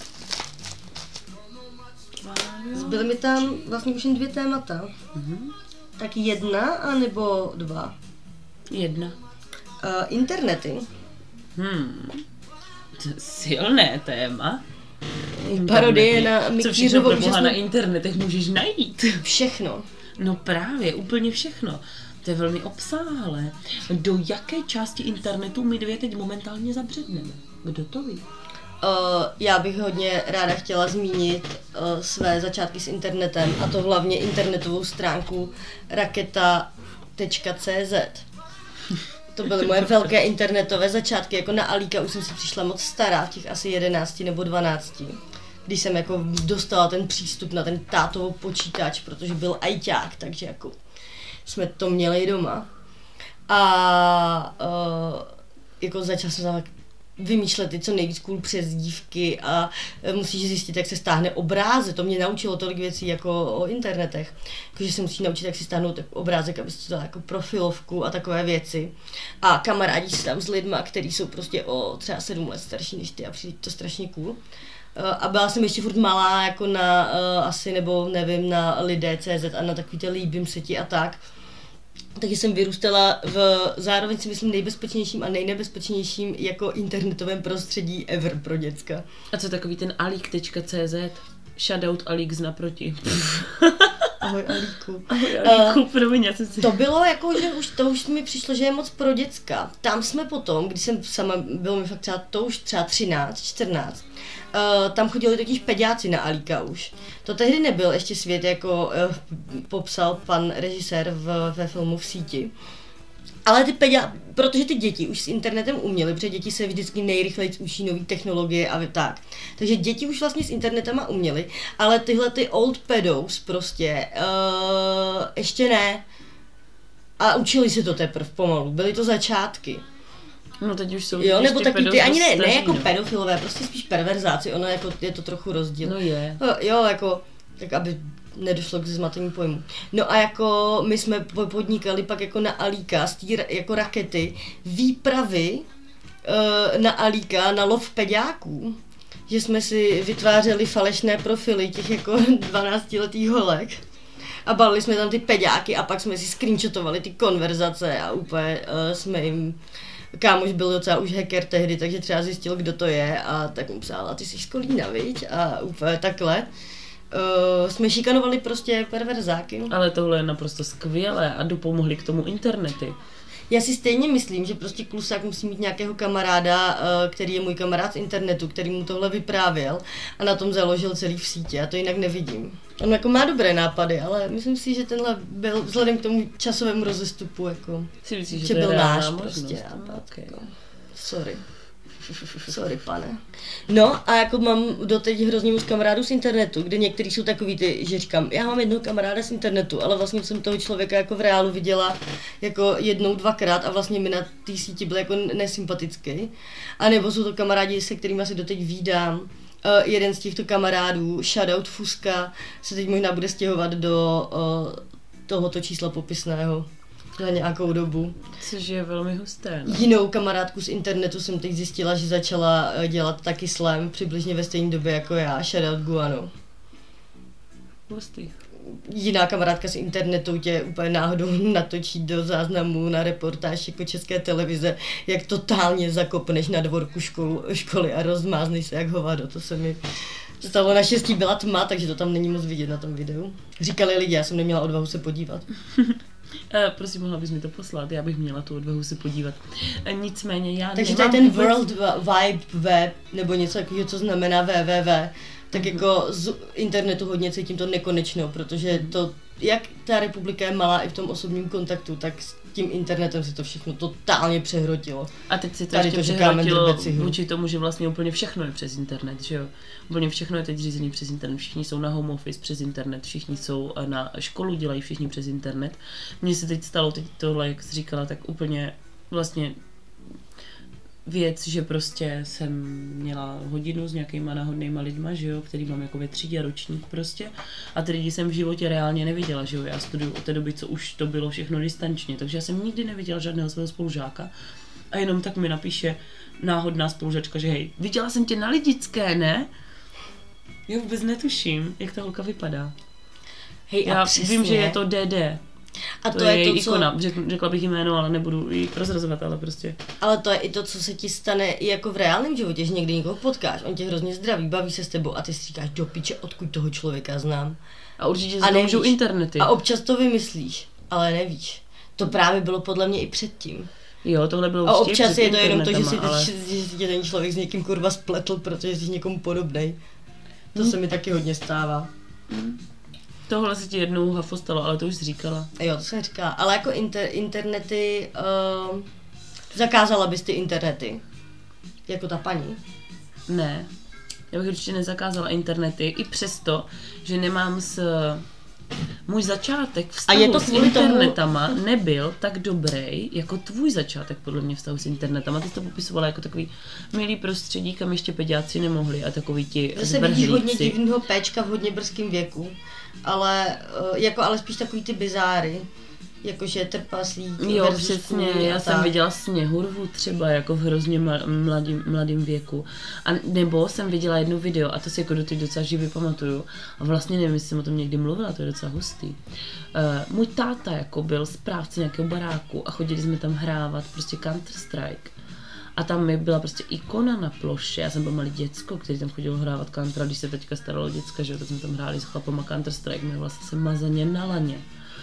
Zbyly mi tam vlastně už jen dvě témata. Mm-hmm. Tak jedna, anebo dva? Jedna. Uh, internety. Hmm. Silné téma. Parodie na Co všechno pro boha na internetech můžeš najít? Všechno. No právě, úplně všechno. To je velmi obsáhlé. Do jaké části internetu my dvě teď momentálně zabředneme? Kdo to ví? Uh, já bych hodně ráda chtěla zmínit uh, své začátky s internetem, a to hlavně internetovou stránku raketa tečka cé zet. To byly moje velké internetové začátky, jako na Alíka už jsem si přišla moc stará, v těch asi jedenácti nebo dvanácti, když jsem jako dostala ten přístup na ten tátovou počítač, protože byl ajťák, takže jako jsme to měli doma. A uh, jako začala jsem tam vymýšlet ty co nejvíc cool přezdívky a musíš zjistit, jak se stáhne obrázek. To mě naučilo tolik věcí jako o internetech. Jako, že se musíš naučit, jak si stáhnout obrázek, aby si to dala jako profilovku a takové věci. A kamarádi se tam s lidma, kteří jsou prostě o třeba sedm let starší než ty a přijde to strašně cool. A byla jsem ještě furt malá, jako na uh, asi, nebo nevím, na lidé tečka cé zet a na takový ty líbím se ti a tak. Takže jsem vyrůstala v zároveň si myslím nejbezpečnějším a nejnebezpečnějším jako internetovém prostředí ever pro děcka. A co takový ten alík tečka cé zet? Shoutout Alík naproti. Ahoj Alíku. Ahoj Alíku, uh, promiň, já jsem si... To bylo jako, že už, to už mi přišlo, že je moc pro děcka. Tam jsme potom, když jsem sama, bylo mi fakt třeba, to už třeba třináct, čtrnáct, Uh, tam chodili totiž pediáci na Alíka už. To tehdy nebyl ještě svět, jako uh, popsal pan režisér v, ve filmu V síti. Ale ty pedia, protože ty děti už s internetem uměly, protože děti se vždycky nejrychleji učí nové technologie a tak. Takže děti už vlastně s internetem uměly, ale tyhle ty old pedos prostě uh, ještě ne. A učili se to teprve pomalu, byly to začátky. No teď už jsou jo, nebo taky ty ani ne, staří, ne jako no. pedofilové, prostě spíš perverzáci, ono jako je to trochu rozdíl. No je. Jo, jo, jako, tak aby nedošlo k zmatení pojmu. No a jako my jsme podnikali pak jako na Alíka, z tý, jako rakety, výpravy uh, na Alíka, na lov peďáků, že jsme si vytvářeli falešné profily těch jako dvanáctiletých holek. A balili jsme tam ty peďáky a pak jsme si screenshotovali ty konverzace a úplně uh, jsme jim... Kámoš byl docela už hacker tehdy, takže třeba zjistil, kdo to je a tak mu psal, a ty jsi z Kolína, viď? A úplně takhle. Uh, jsme šikanovali prostě perverzáky. Ale tohle je naprosto skvělé a dopomohli k tomu internety. Já si stejně myslím, že prostě klusák musí mít nějakého kamaráda, který je můj kamarád z internetu, který mu tohle vyprávěl a na tom založil celý V sítě. Já to jinak nevidím. On jako má dobré nápady, ale myslím si, že tenhle byl vzhledem k tomu časovému rozestupu, jako, si myslíš, že, že to byl je náš možnost? prostě nápad. Okay. Jako. Sorry. Sorry, pane. No a jako mám doteď hrozně moc kamarádů z internetu, kde některý jsou takový ty, že říkám, já mám jednoho kamaráda z internetu, ale vlastně jsem toho člověka jako v reálu viděla jako jednou, dvakrát a vlastně mi na té síti byl jako nesympatický. A nebo jsou to kamarádi, se kterými si doteď vídám. Uh, jeden z těchto kamarádů, shoutout Fuska, se teď možná bude stěhovat do uh, tohoto čísla popisného. Na nějakou dobu. Což je velmi husté. No? Jinou kamarádku z internetu jsem teď zjistila, že začala dělat taky slam přibližně ve stejné době jako já, shoutout Guano. Hustý. Jiná kamarádka z internetu tě úplně náhodou natočí do záznamu na reportáž jako České televize, jak totálně zakopneš na dvorku školu, školy a rozmázneš se jak hovado. To se mi stalo, naštěstí byla tma, takže to tam není moc vidět na tom videu. Říkali lidi, já jsem neměla odvahu se podívat. Uh, prosím, mohla bys mi to poslat, já bych měla tu odvahu se podívat. Uh, nicméně já Takže nemám... tady ten vůbec... World Wide Web, nebo něco takového, co znamená www, tak mm-hmm. jako z internetu hodně cítím to nekonečno, protože to, jak ta republika je malá i v tom osobním kontaktu, tak s tím internetem se to všechno totálně přehrotilo. A teď si to tady ještě to přehrotilo vůči tomu, že vlastně úplně všechno je přes internet, že jo? Úplně všechno je teď řízený přes internet, všichni jsou na home office přes internet, všichni jsou na školu, dělají všichni přes internet. Mně se teď stalo teď tohle, jak jsi říkala, tak úplně vlastně věc, že prostě jsem měla hodinu s nějakýma náhodnýma lidma, že jo, který mám jako ve třídě ročník prostě a ty lidi jsem v životě reálně neviděla, že jo, já studuju od té doby, co už to bylo všechno distančně, takže já jsem nikdy neviděla žádného svého spolužáka a jenom tak mi napíše náhodná spolužačka, že hej, viděla jsem tě na Lidické, ne? Já vůbec netuším, jak ta holka vypadá. Hej, já přesně. Vím, že je to D D. A to, to je, je její to, co... ikona, Řek, řekla bych jméno, ale nebudu ji prozrazovat, ale prostě. Ale to je i to, co se ti stane i jako v reálném životě, že někdy někoho potkáš, on tě hrozně zdraví, baví se s tebou a ty si říkáš, do piče, odkud toho člověka znám. A určitě se můžou internety. A občas to vymyslíš, ale nevíš. To právě bylo podle mě i předtím. Jo, tohle bylo a občas je to jenom to, že si, ale... teď, že si tě ten člověk s někým kurva spletl, protože jsi někomu podobnej. To hmm. se mi taky hodně stává. Hmm. Tohle se ti jednou hafo stalo, ale to už jsi říkala. Jo, to se říká. Ale jako inter, internety, uh, zakázala bys ty internety? Jako ta paní? Ne. Já bych určitě nezakázala internety, i přesto, že nemám s můj začátek vztahu a je to s internetama tomu... nebyl tak dobrý, jako tvůj začátek podle mě vztahu s internetama. Ty jsi to popisovala jako takový milý prostředí, kam ještě peďáci nemohli a takový ti zase vidíš hodně divného péčka v hodně brzkém věku, ale, jako, ale spíš takový ty bizáry. Jakože trpaslík, jo, přesně, já jsem viděla Sněhurvu třeba jako v hrozně mladým, mladým věku. A nebo jsem viděla jedno video a to si jako do teď docela živě pamatuju. A vlastně nevím, jestli jsem o tom někdy mluvila, to je docela hustý. Uh, můj táta jako byl správce nějakého baráku a chodili jsme tam hrávat prostě Counter-Strike. A tam mi byla prostě ikona na ploše, já jsem byl malý děcko, který tam chodil hrávat Counter, když se teďka staralo děcka, že jo, tak jsme tam hráli s chlapama Counter-Strike, mě vlastně se mazaně na laně.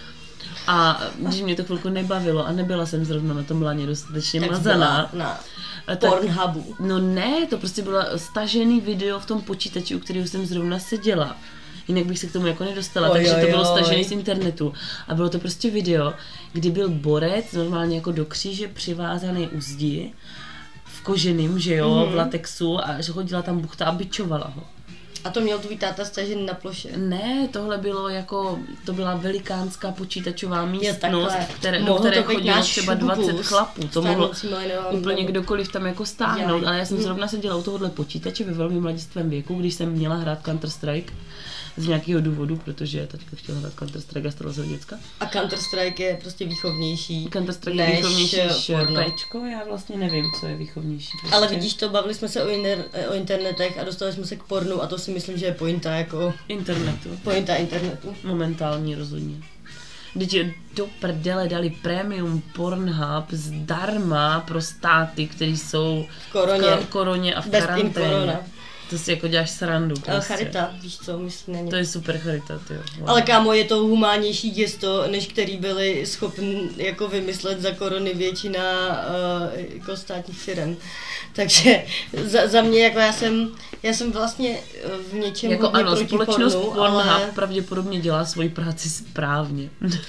A když mě to chvilku nebavilo a nebyla jsem zrovna na tom laně dostatečně tak mazaná. Na tak, Pornhubu. No ne, to prostě bylo stažený video v tom počítači, u kterého jsem zrovna seděla. Jinak bych se k tomu jako nedostala, oj, takže to bylo stažené z internetu. A bylo to prostě video, kdy byl borec normálně jako do kříže přivázaný u zdi, v koženým, že jo, mm-hmm. v latexu a že chodila tam buchta a bičovala ho. A to měl tvůj táta stažený na ploše? Ne, tohle bylo jako, to byla velikánská počítačová místnost, které, do mohlo které chodilo třeba dvacet chlapů. To mohlo úplně nebo... kdokoliv tam jako stáhnout, já, ale já jsem zrovna seděla u tohohle počítače ve velmi mladistvém věku, když jsem měla hrát Counter-Strike z nějakého důvodu, protože taťka chtěla hrát Counter-Strike a stala se děcka. A Counter-Strike je prostě výchovnější Counter-Strike je výchovnější než péčko, já vlastně nevím, co je výchovnější. Prostě. Ale vidíš to, bavili jsme se o, iner, o internetech a dostali jsme se k pornu a to si myslím, že je pointa jako... Internetu. Pointa internetu. Momentální rozhodně. Když do prdele dali premium Pornhub zdarma pro státy, které jsou v koroně, v koroně a v karanténě. To si jako děláš srandu prostě. Charita, víš co, myslím. To je super charita, tyjo. Wow. Ale kámo, je to humánnější gesto, než který byli schopni jako vymyslet za korony většina uh, jako státních firem. Takže za, za mě jako já jsem, já jsem vlastně v něčem jako hodně ano, proti společnost pornu, Pornhub ale... pravděpodobně dělá svoji práci správně.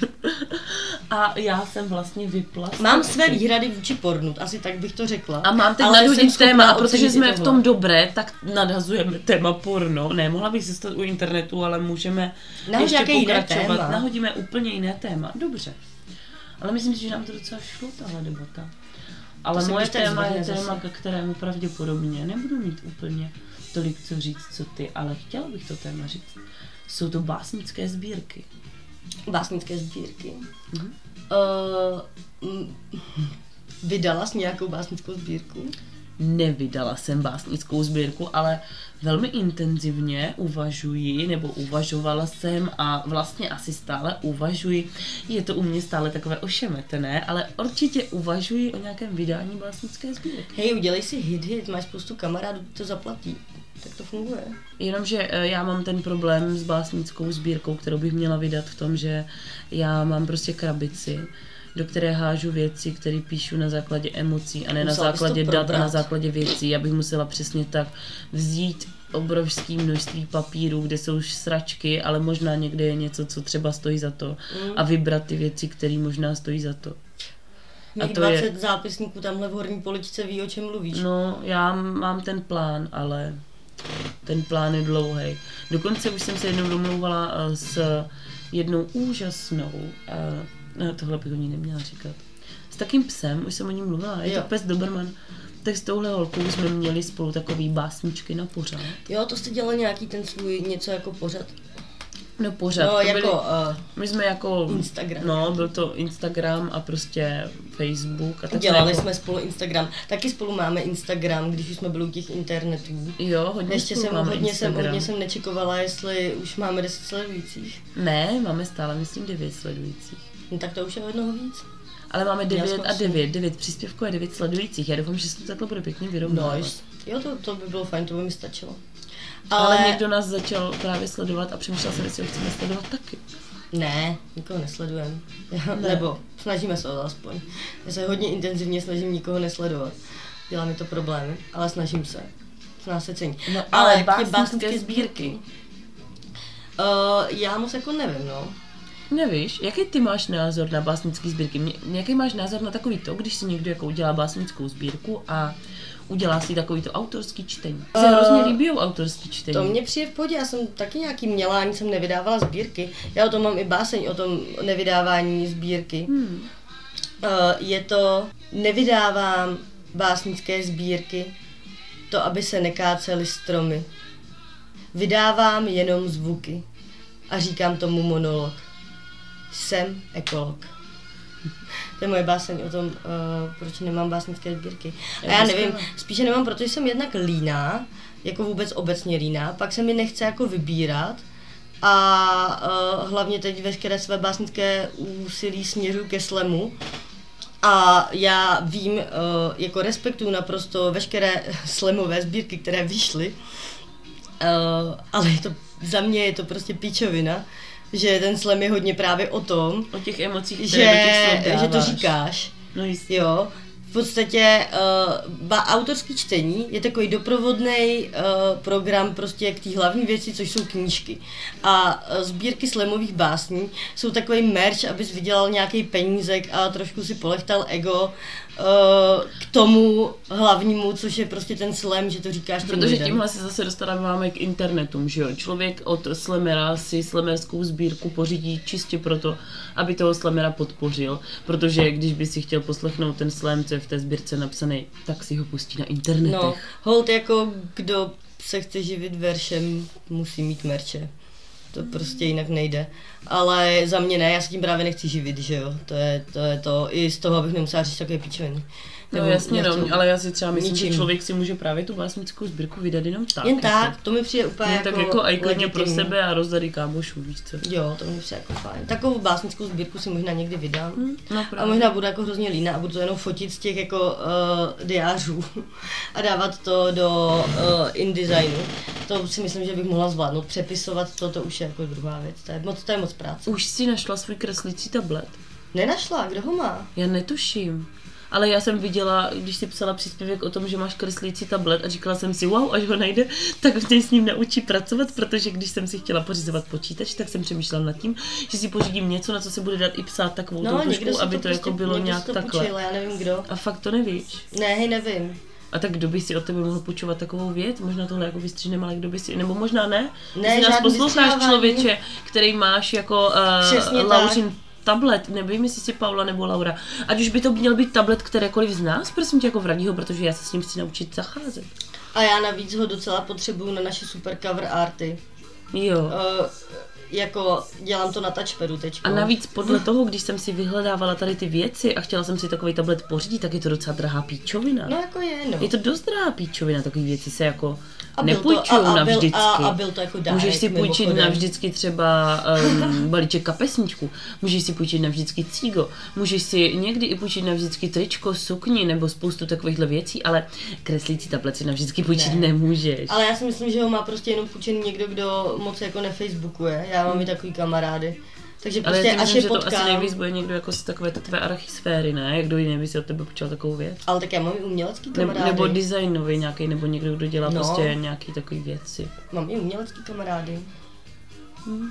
A já jsem vlastně vypla. Mám své výhrady vůči pornu, asi tak bych to řekla. A mám teď nadhodit téma, a protože jsme v tom dobré, tak nadhazujeme téma porno. Ne, mohla bych zůstat u internetu, ale můžeme Nahoď ještě pokračovat. Nahodíme úplně jiné téma. Dobře. Ale myslím si, že nám to docela šlo, tahle debata. Ale to moje téma je zase. Téma, ke kterému pravděpodobně nebudu mít úplně tolik co říct, co ty, ale chtěla bych to téma říct. Jsou to básnické sbírky. Básnické sbírky. Mhm. Uh, m- vydala jsi nějakou básnickou sbírku? Nevydala jsem básnickou sbírku, ale velmi intenzivně uvažuji, nebo uvažovala jsem a vlastně asi stále uvažuji. Je to u mě stále takové ošemetné, ale určitě uvažuji o nějakém vydání básnické sbírky. Hej, udělej si hit hit, máš spoustu kamarádů, to zaplatí. Tak to funguje. Jenomže já mám ten problém s básnickou sbírkou, kterou bych měla vydat v tom, že já mám prostě krabici, do které hážu věci, které píšu na základě emocí a ne musela na základě dat a na základě věcí. Já bych musela přesně tak vzít obrovské množství papíru, kde jsou sračky, ale možná někde je něco, co třeba stojí za to mm. a vybrat ty věci, které možná stojí za to. Mých dvacet je... zápisníků tamhle v horní poličce ví, o čem mluvíš. No, já mám ten plán, ale ten plán je dlouhý. Dokonce už jsem se jednou domlouvala s jednou úžasnou, no, tohle bych o ní neměla říkat, s takým psem, už jsem o ní mluvila, je jo. To pes Doberman, tak s touhle holkou jsme měli spolu takový básničky na pořad. Jo, to jste dělali nějaký ten svůj něco jako pořad? No pořád. No, jako, byli, uh, my jsme jako, Instagram. No, byl to Instagram a prostě Facebook. A tak dělali jako... jsme spolu Instagram. Taky spolu máme Instagram, když už jsme byli u těch internetů. Jo, hodně Ještě spolu jsem, máme hodně Instagram. jsem, hodně jsem nečekovala, jestli už máme deset sledujících. Ne, máme stále, myslím, devět sledujících. No tak to už je o jednoho víc. Ale máme devět a devět, devět příspěvků a devět sledujících. Já doufám, že se to takhle bude pěkně vyrovnávat. Nice. Jo, to, to by bylo fajn, to by mi stačilo. Ale... Ale někdo nás začal právě sledovat a přemýšlel jsem, jestli ho chceme sledovat taky. Ne, nikoho nesledujeme. Ne. Nebo snažíme se o to aspoň. Já se hodně intenzivně snažím nikoho nesledovat. Dělá mi to problémy, ale snažím se. S nás se cení. No, ale, ale básnické sbírky. Uh, já moc jako nevím, no. Nevíš, jaký ty máš názor na básnické sbírky? Mě, jaký máš názor na takový to, když si někdo jako udělá básnickou sbírku a udělá si takový to autorský čtení? Se uh, hrozně líbí autorský čtení. To mě přijde v pohodě, já jsem taky nějaký měla, ani jsem nevydávala sbírky. Já o tom mám i báseň, o tom nevydávání sbírky. Hmm. Uh, je to, nevydávám básnické sbírky, to, aby se nekácely stromy. Vydávám jenom zvuky a říkám tomu monolog. Jsem ekolog. To je moje báseň o tom, uh, proč nemám básnické sbírky. A já nevím, spíše nemám, protože jsem jednak líná, jako vůbec obecně líná, pak se mi nechce jako vybírat a uh, hlavně teď veškeré své básnické úsilí směřuju ke slamu. A já vím, uh, jako respektuju naprosto veškeré slamové sbírky, které vyšly, uh, ale je to, za mě je to prostě píčovina, že ten slam je hodně právě o tom, o těch emocích, které že, do těch slov že to říkáš. No jistě. Jo. V podstatě uh, ba, autorský čtení je takový doprovodný uh, program prostě k té hlavní věci, což jsou knížky. A uh, sbírky slamových básní jsou takový merch, abys vydělal nějaký penízek a trošku si polechtal ego uh, k tomu hlavnímu, což je prostě ten slam, že to říkáš těm Protože lidem. tímhle se zase dostáváme k internetům, že jo. Člověk od slamera si slamerskou sbírku pořídí čistě proto, aby toho slamera podpořil, protože když by si chtěl poslechnout ten slam, co je v té sbírce napsaný, tak si ho pustí na internetech. No, hold jako kdo se chce živit veršem, musí mít merče. To prostě jinak nejde. Ale za mě ne, já se tím právě nechci živit, že jo. To je to, je to i z toho, abych nemusela říct takové píčoviny. No jasně, no, ale já si třeba myslím, ničím. Že člověk si může právě tu básnickou sbírku vydat jenom tak. Jen jako. tak, to mi přijde úplně no, jako tak jako aj klidně pro sebe a rozdary kámošů, víš co. Jo, to mi přijde jako fajn. Takovou básnickou sbírku si možná někdy vydám. Hmm, no, a možná budu jako hrozně líná a budu to jenom fotit z těch jako uh, diářů a dávat to do uh, InDesignu. To si myslím, že bych mohla zvládnout. Přepisovat to, to už je jako druhá věc. To je moc, to je moc práce. Už si našla svůj kreslící tablet? Nenašla, kdo ho má? Já netuším. Ale já jsem viděla, když si psala příspěvek o tom, že máš kreslící tablet a říkala jsem si, wow, až ho najde, tak mě s ním naučí pracovat, protože když jsem si chtěla pořizovat počítač, tak jsem přemýšlela nad tím, že si pořídím něco, na co se bude dát i psát takovou no, tušku, aby to, to jako prostě, bylo nějak to takhle. Počila, já nevím kdo. A fakt to nevíš? Ne, hej, nevím. A tak kdo by si od tebe mohl půjčovat takovou věc? Možná tohle jako vystřihnem, ale kdo by si, nebo možná ne? Ne, Ty nás posloucháš, člověče, který máš jako uh, Lauřin tablet, nevím, jestli si Paula nebo Laura. Ať už by to měl být tablet kterékoliv z nás, prosím tě, jako v Radího, protože já se s ním chci naučit zacházet. A já navíc ho docela potřebuju na naše super cover arty. Jo. Uh, jako dělám to na touchpadu teďko. A navíc podle toho, když jsem si vyhledávala tady ty věci a chtěla jsem si takový tablet pořídit, tak je to docela drahá píčovina. No jako je, no. Je to dost drahá píčovina, takové věci se jako nepůjčují navždycky. A, a byl to jako dárek. Můžeš si půjčit navždycky třeba um, balíček kapesníčku, můžeš si půjčit navždycky cígo, můžeš si někdy i půjčit navždycky tričko, sukni nebo spoustu takovýchhle věcí, ale kreslící tablet si navždycky půjčit ne. nemůžeš. Ale já si myslím, že ho má prostě jenom půjčený někdo, kdo moc jako nefacebookuje. Já mám hmm. i takový kamarády. Takže ale prostě já až myslím, je že potkám... to asi nejvíc bude někdo jako z takové tvé archisféry, ne? Jak kdo jiný by si od tebe počal takovou věc. Ale tak já mám i umělecký kamarády. Nebo, nebo designový nějaký, nebo někdo, kdo dělá no. prostě nějaký takový věci. Mám i umělecký kamarády. Hmm.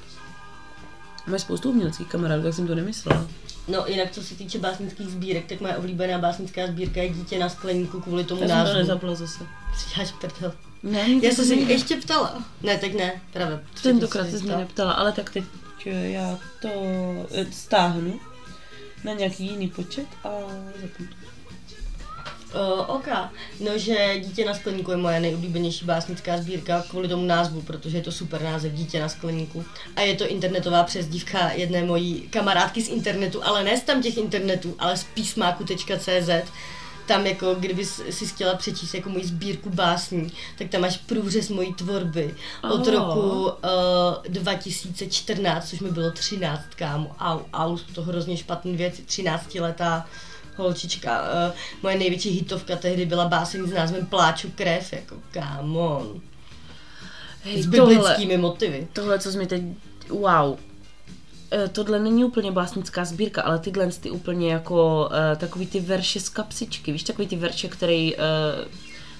Máš spoustu uměleckých kamarádů, tak jsem to nemyslela. No jinak co se týče básnických sbírek, tak moje oblíbená básnická sbírka je Dítě na skleníku kvůli tomu já názvu. Já jsem to nezapla zase. Přijáš prdel. Ne, já jsem se ještě ptala. Ne, teď ne, právě. Tentokrát se mě neptala, ale tak teď já to stáhnu na nějaký jiný počet a zapnu. Uh, ok, no že Dítě na skleníku je moje nejoblíbenější básnická sbírka kvůli tomu názvu, protože je to super název Dítě na skleníku. A je to internetová přezdívka jedné mojí kamarádky z internetu, ale ne z tam těch internetů, ale z písmáku tečka cé zet. Tam jako, kdyby si chtěla přečíst jako moji sbírku básní, tak tam máš průřez mojí tvorby od oh. roku uh, dva tisíce čtrnáct, což mi bylo třináct, kámo, au, au, to hrozně špatný věc, třináctiletá holčička. Uh, moje největší hitovka tehdy byla báseň s názvem Pláču krev, jako come on. Hej, s biblickými tohle, motivy. Tohle, co jsi mi teď, wow. Tohle není úplně básnická sbírka, ale tyhle ty úplně jako uh, takový ty verše z kapsičky, víš, takový ty verše, který uh,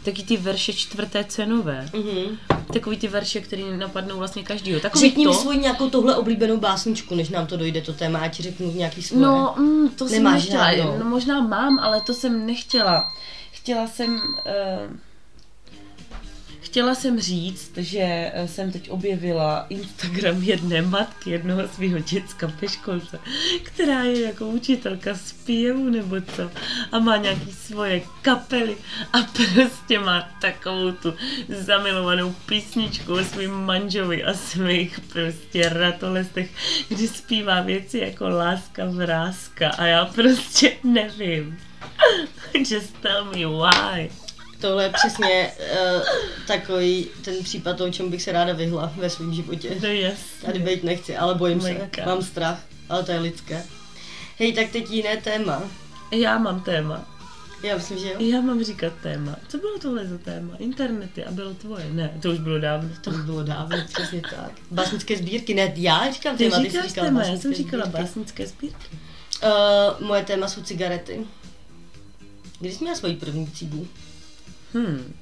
taky ty verše čtvrté cenové. Mm-hmm. Takový ty verše, které napadnou vlastně každýho. Takový Řekni to... mi svoji nějakou tohle oblíbenou básničku, než nám to dojde to téma, a ti řeknu nějaký svoje. No, mm, to jsem Nemáš nechtěla. žádnou. No možná mám, ale to jsem nechtěla. Chtěla jsem... Uh... Chtěla jsem říct, že jsem teď objevila Instagram jedné matky, jednoho svého děcka ve školce, která je jako učitelka zpěvu nebo co a má nějaký svoje kapely a prostě má takovou tu zamilovanou písničku o svým manžovi a svých prostě ratolestech, kdy zpívá věci jako láska vrázka a já prostě nevím. Just tell me why. Tohle je přesně uh, takový ten případ, o čem bych se ráda vyhla ve svém životě. No yes. Tady být nechci, ale bojím Oh se, God. mám strach, ale to je lidské. Hej, tak teď jiné téma. Já mám téma. Já myslím, že jo. Já mám říkat téma. Co bylo tohle za téma? Internety a bylo tvoje? Ne, to už bylo dávno. To už bylo dávno, přesně tak. Básnické sbírky, ne, já říkám Ty téma, ty říkáš jsi říkala téma, já básnické jsem říkala sbírky. básnické sbírky. Uh, moje téma jsou cigarety. Kdy jsi měla svoji první cigu? Hmm.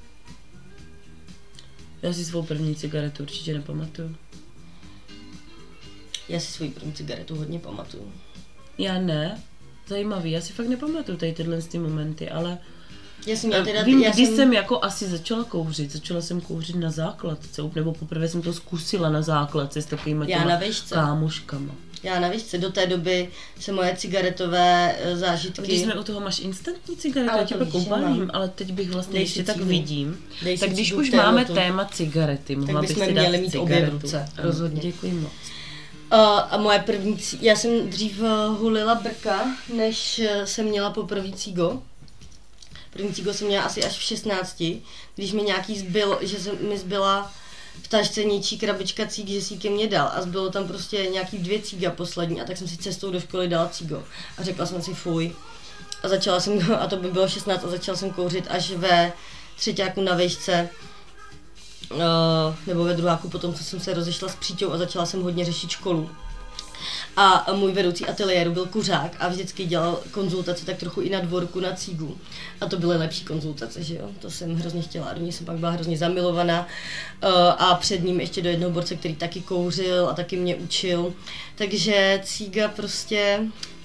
Já si svou první cigaretu určitě nepamatuju. Já si svoji první cigaretu hodně pamatuju. Já ne. Zajímavý, já si fakt nepamatuju tady tyhle ty momenty, ale Já jsem měla teda, vím, já když jsem... jsem jako asi začala kouřit. Začala jsem kouřit na základce, nebo poprvé jsem to zkusila na základce s takovýma Já těma na výšce. kámoškama. Já na výšce, do té doby se moje cigaretové eh, zážitky... Když jsme u toho, máš instantní cigarety, Ale já tě to pak víš, že opálím, mám. ale teď bych vlastně Dej ještě si tak cigu. vidím. Dej si Tak když cigu už k tématu. máme téma cigarety, mohla bych bychom si dát měli mít obě v cigaretu. ruce, Ano, rozhodně. Děkuji moc. Uh, a moje první cí... Já jsem dřív uh, hulila brka, než uh, jsem měla poprvé cígo. První cígo jsem měla asi až v šestnácti, když mi nějaký zbyl, že jsem, mi zbyla v tašce něčí krabička cíg, že si ke mně dal a zbylo tam prostě nějaký dvě cíga poslední a tak jsem si cestou do školy dala cígo a řekla jsem si fuj. A začala jsem, a to by bylo šestnáct, a začala jsem kouřit až ve třeťáku na vejšce. Uh, nebo ve druháku potom, co jsem se rozešla s příťou a začala jsem hodně řešit školu. A můj vedoucí ateliéru byl kuřák a vždycky dělal konzultace tak trochu i na dvorku na cígu. A to byly lepší konzultace, že jo? To jsem hrozně chtěla a do ní jsem pak byla hrozně zamilovaná. Uh, a před ním ještě do jednoho borce, který taky kouřil a taky mě učil. Takže cíga prostě...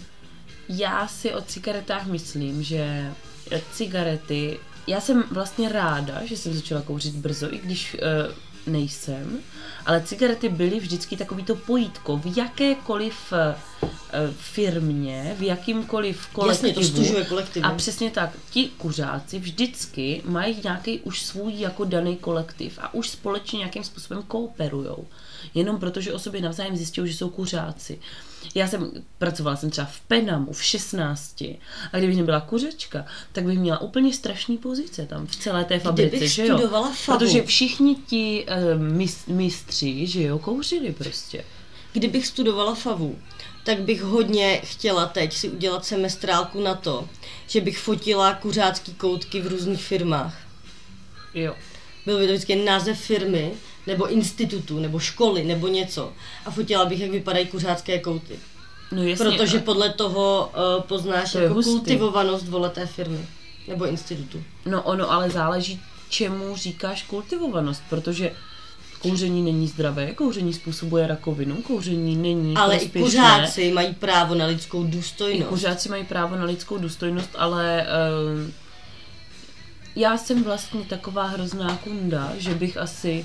Já si o cigaretách myslím, že cigarety, já jsem vlastně ráda, že jsem začala kouřit brzo, i když uh, nejsem, ale cigarety byly vždycky takový to pojítko v jakékoliv uh, firmě, v jakýmkoliv kolektivu. Jasně, to stužuje kolektiv. A přesně tak, ti kuřáci vždycky mají nějaký už svůj jako daný kolektiv a už společně nějakým způsobem kooperujou. Jenom protože o sobě navzájem zjistil, že jsou kuřáci. Já jsem, pracovala jsem třeba v Penamu v šestnácti a kdybych nebyla kuřačka, tak bych měla úplně strašný pozice tam v celé té fabrice, Kdybych že jo? studovala favu. Protože všichni ti uh, mis, mistři, že jo, kouřili prostě. Kdybych studovala favu, tak bych hodně chtěla teď si udělat semestrálku na to, že bych fotila kuřácký koutky v různých firmách. Jo. Byl by to vždycky název firmy, nebo institutu, nebo školy, nebo něco. A fotila bych, jak vypadají kuřácké kouty. No jasně, Protože a... podle toho uh, poznáš To je jako hustý. kultivovanost voleté firmy, nebo institutu. No ono, ale záleží, čemu říkáš kultivovanost, protože kouření není zdravé, kouření způsobuje rakovinu, kouření není Ale prospěšné. i kuřáci mají právo na lidskou I důstojnost. kuřáci mají právo na lidskou důstojnost, ale uh, já jsem vlastně taková hrozná kunda, že bych asi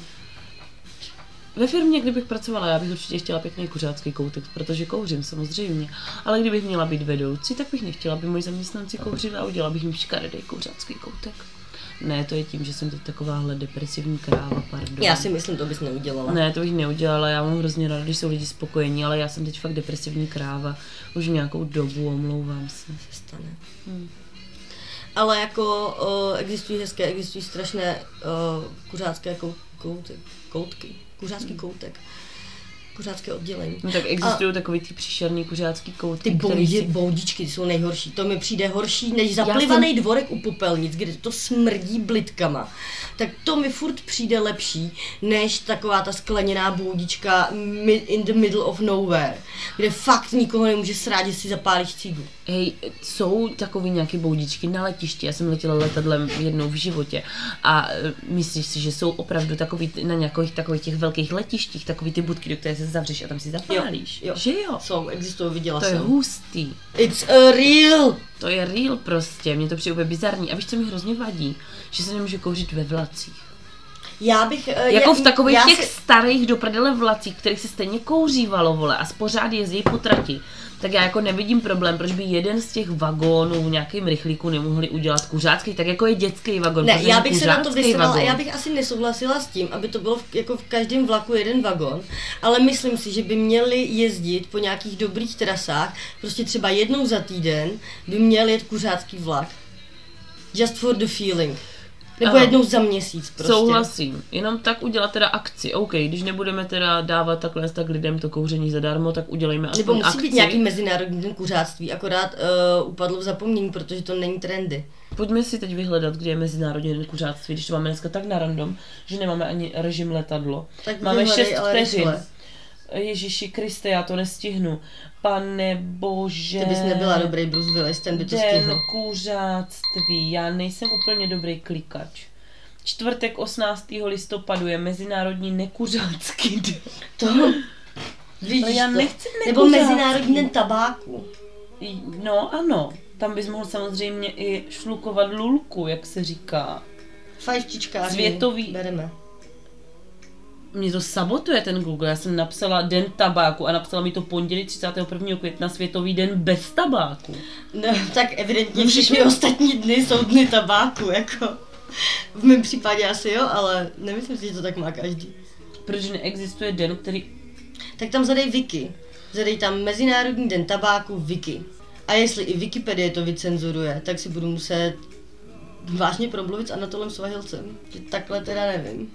ve firmě, kdybych pracovala, já bych určitě chtěla pěkný kuřácký koutek, protože kouřím samozřejmě, ale kdybych měla být vedoucí, tak bych nechtěla, aby moji zaměstnanci kouřili a udělala bych jim škaredý kuřácký koutek. Ne, to je tím, že jsem teď takováhle depresivní kráva, pardon. Já si myslím, to bys neudělala. Ne, to bych neudělala, já mám hrozně ráda, když jsou lidi spokojení, ale já jsem teď fakt depresivní kráva, už nějakou dobu, omlouvám se. Se stane. Hmm. Ale jako uh, existují hezké, existují strašné uh, kuřácké kou, kouty, koutky, kuřácký koutek. kuřácké oddělení. No tak existují a takový ty příšerný kuřácký koutky, ty který boudi, si... boudičky jsou nejhorší. To mi přijde horší než zaplivaný jsem... dvorek u popelnic, kde to smrdí blitkama. Tak to mi furt přijde lepší, než taková ta skleněná boudička in the middle of nowhere, kde fakt nikoho nemůže srát, že si zapálíš cígu. Hej, jsou takový nějaké boudičky na letišti, já jsem letěla letadlem jednou v životě a myslíš si, že jsou opravdu takový na nějakých takových těch velkých letištích, takový ty budky, do které se zavřeš a tam si zapálíš, jo, jo. že jo? Jsou, existují, viděla to jsem. To je hustý. It's a real! To je real prostě, mně to přijde úplně bizarní a víš, co mi hrozně vadí? Že se nemůže kouřit ve vlacích. Já bych... Uh, jako já, v takových já těch se... starých do prdele vlacích, kterých se stejně kouřívalo, vole, a pořád jezdí po trati. Tak já jako nevidím problém, proč by jeden z těch vagónů v nějakém rychlíku nemohli udělat kuřácký, tak jako je dětský vagón. Ne, já bych se na to vysrala, vagón. Já bych asi nesouhlasila s tím, aby to bylo v, jako v každém vlaku jeden vagón, ale myslím si, že by měli jezdit po nějakých dobrých trasách, prostě třeba jednou za týden by měl jet kuřácký vlak. Just for the feeling. Nebo ano. jednou za měsíc prostě. Souhlasím, jenom tak udělat teda akci. OK, když nebudeme teda dávat takhle tak lidem to kouření zadarmo, tak udělejme aspoň Nebo musí akci. být nějaký mezinárodní den kuřáctví, akorát uh, upadlo v zapomnění, protože to není trendy. Pojďme si teď vyhledat, kde je mezinárodní den kuřáctví, když to máme dneska tak na random, že nemáme ani režim letadlo. Tak máme vyhledej, šest ale vteřin. rychle. Ježíši Kriste, já to nestihnu. Pane bože. Ty bys nebyla dobrý Bruce Willis, ten by to Den stihl. kuřáctví, já nejsem úplně dobrý klikač. Čtvrtek osmnáctého listopadu je mezinárodní nekuřácký den. To? Víš, ale já to. nechci nekuřácký. Nebo mezinárodní den tabáku. No ano, tam bys mohl samozřejmě i šlukovat lulku, jak se říká. Fajčičkáři. Světový. Bereme. Mě to sabotuje ten Google, já jsem napsala den tabáku a napsala mi to pondělí třicátého prvního května Světový den bez tabáku. No, tak evidentně všechny ostatní dny jsou dny tabáku, jako. V mém případě asi jo, ale nemyslím si, že to tak má každý. Protože neexistuje den, který... Tak tam zadej Wiki. Zadej tam Mezinárodní den tabáku Wiki. A jestli i Wikipedie to vycenzuruje, tak si budu muset vážně promluvit s Anatolem Svahilcem. Že takhle teda nevím.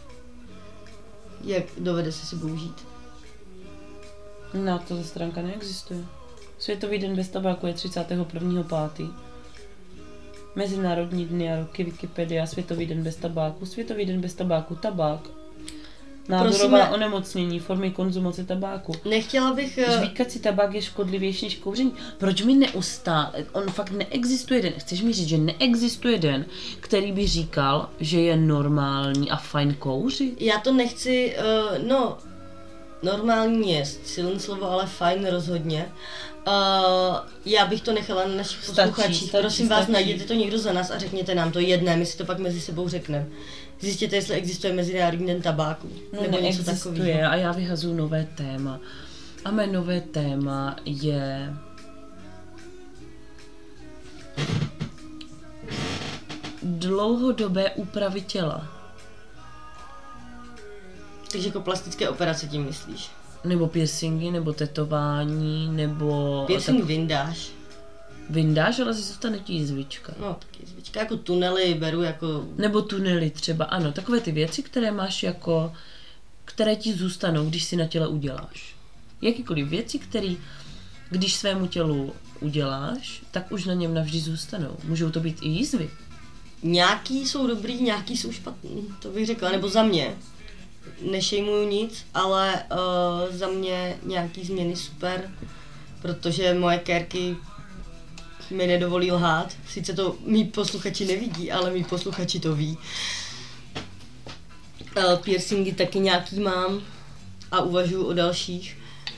Jak dovede se si použít. No, to stránka neexistuje. Světový den bez tabáku je třicátého prvního pátého Mezinárodní dny a roky Wikipedia, Světový den bez tabáku, Světový den bez tabáku, tabák. Nádorová Prosíme, onemocnění, formy konzumace tabáku. Nechtěla bych... Žvíkací tabák je škodlivější než kouření. Proč mi neustále, on fakt neexistuje den, chceš mi říct, že neexistuje den, který by říkal, že je normální a fajn kouřit? Já to nechci, uh, no, normální je silné slovo, ale fajn rozhodně. Uh, já bych to nechala na našich posluchačích. Prosím vás, stačí. Najděte to někdo za nás a řekněte nám to jedné, my si to pak mezi sebou řekneme. Zjistěte, jestli existuje Mezinárodní den tabáku. No nebo neexistuje a já vyhazuju nové téma. A mé nové téma je... dlouhodobé úpravy těla. Takže jako plastické operace tím myslíš? Nebo piercingy, nebo tetování, nebo... Piercing tak... vyndáš. Vyndáš, ale si zůstane ti jizvička. No, taky jizvička, jako tunely beru jako... Nebo tunely třeba, ano, takové ty věci, které máš jako... které ti zůstanou, když si na těle uděláš. Jakýkoliv věci, které, když svému tělu uděláš, tak už na něm navždy zůstanou. Můžou to být i jizvy. Nějaký jsou dobrý, nějaký jsou špatný, to bych řekla, nebo za mě. Nešejmuju nic, ale uh, za mě nějaký změny super, protože moje kérky mi nedovolí lhát. Sice to mý posluchači nevidí, ale mý posluchači to ví. Uh, piercingy taky nějaký mám a uvažuji o dalších.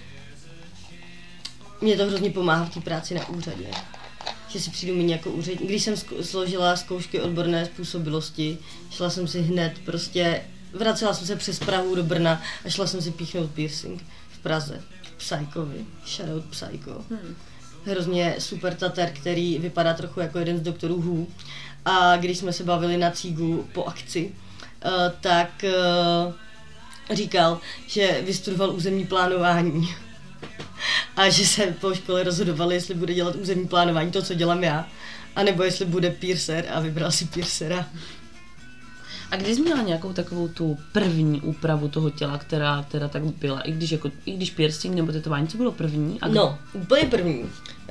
Mě to hrozně pomáhá v té práci na úřadě. Že si přijdu mít jako úředník. Když jsem složila zkoušky odborné způsobilosti, šla jsem si hned prostě, vracela jsem se přes Prahu do Brna a šla jsem si píchnout piercing v Praze. Psychovi, shoutout Psycho. Hmm. Hrozně super tater, který vypadá trochu jako jeden z doktorů Who. A když jsme se bavili na cígu po akci, uh, tak uh, říkal, že vystudoval územní plánování. A že se po škole rozhodovali, jestli bude dělat územní plánování, to, co dělám já, anebo jestli bude piercer a vybral si piercera. A když jsi měla nějakou takovou tu první úpravu toho těla, která teda tak byla, i když, jako, i když piercing nebo tetování, co bylo první? A no, úplně první. Uh,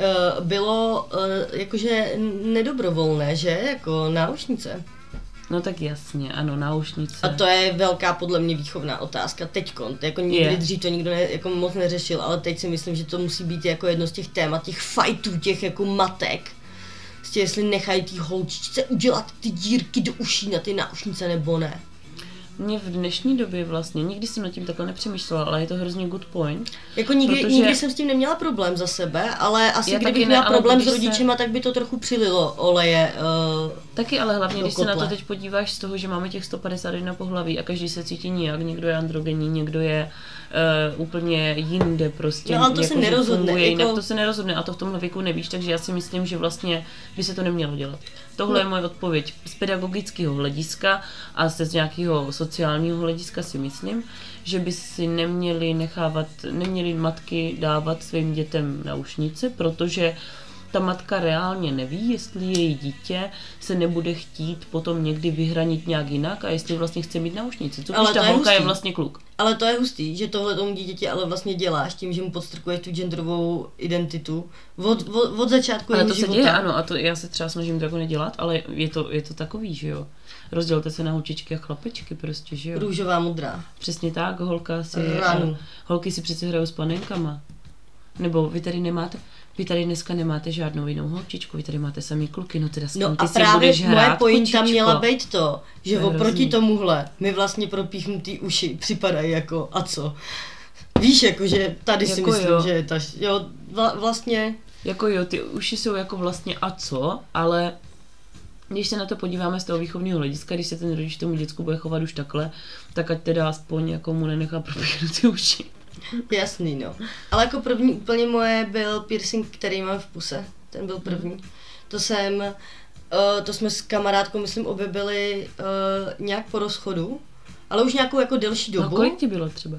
bylo uh, jakože nedobrovolné, že? Jako náušnice. No tak jasně, ano, náušnice. A to je velká podle mě výchovná otázka teďkon. Jako nikdy je. Dřív to nikdo ne, jako moc neřešil, ale teď si myslím, že to musí být jako jedno z těch témat, těch fightů, těch jako matek. Prostě jestli nechají ty holčičce udělat ty dírky do uší na ty náušnice nebo ne. Mně v dnešní době vlastně, nikdy jsem nad tím takhle nepřemýšlela, ale je to hrozně good point. Jako nikdy, protože... nikdy jsem s tím neměla problém za sebe, ale asi Já kdybych ne, měla problém s se... rodičema, tak by to trochu přililo oleje. Uh, taky, ale hlavně, když kotle. Se na to teď podíváš z toho, že máme těch sto padesát jedna pohlaví a každý se cítí nijak, někdo je androgenní, někdo je uh, úplně jinde prostě. No ale to jako, se nerozhodne. Jako... Jinak to se nerozhodne a to v tomhle věku nevíš, takže já si myslím, že vlastně by se to nemělo dělat. Tohle no. je moje odpověď. Z pedagogického hlediska a z nějakého sociálního hlediska si myslím, že by si neměli nechávat, neměli matky dávat svým dětem náušnice, protože ta matka reálně neví, jestli její dítě se nebude chtít potom někdy vyhranit nějak jinak a jestli vlastně chce mít náušnici. Co když ta holka hustý. Je vlastně kluk? Ale to je hustý, že tohle tomu dítěti ale vlastně děláš tím, že mu podstrkuješ tu genderovou identitu od, od, od začátku jeho života. Ale to se děje, ano, a to já se třeba snažím to jako nedělat, ale je to, je to takový, že jo. Rozdělte se na holčičky a chlapečky prostě, že jo. Růžová, modrá. Přesně tak, holka si, holky si přece hrajou s panenkama. Nebo vy tady nemáte, vy tady dneska nemáte žádnou jinou holčičku, vy tady máte samý kluky, no teda s no ty a si právě budeš hrát, moje pointa kočičko. Měla být to, že to oproti hrozný. Tomuhle mi vlastně propíchnutý uši připadají jako a co? Víš, jako že tady jako si myslím, jo. že je ta, jo, vla, vlastně. Jako jo, ty uši jsou jako vlastně a co, ale když se na to podíváme z toho výchovného hlediska, když se ten rodič tomu děcku bude chovat už takhle, tak ať teda aspoň jako mu nenechá propíchnout ty uši. Jasný, no. Ale jako první úplně moje byl piercing, který mám v puse. Ten byl první. To jsem, uh, to jsme s kamarádkou, myslím, objevili uh, nějak po rozchodu, ale už nějakou jako delší dobu. A kolik ti bylo třeba?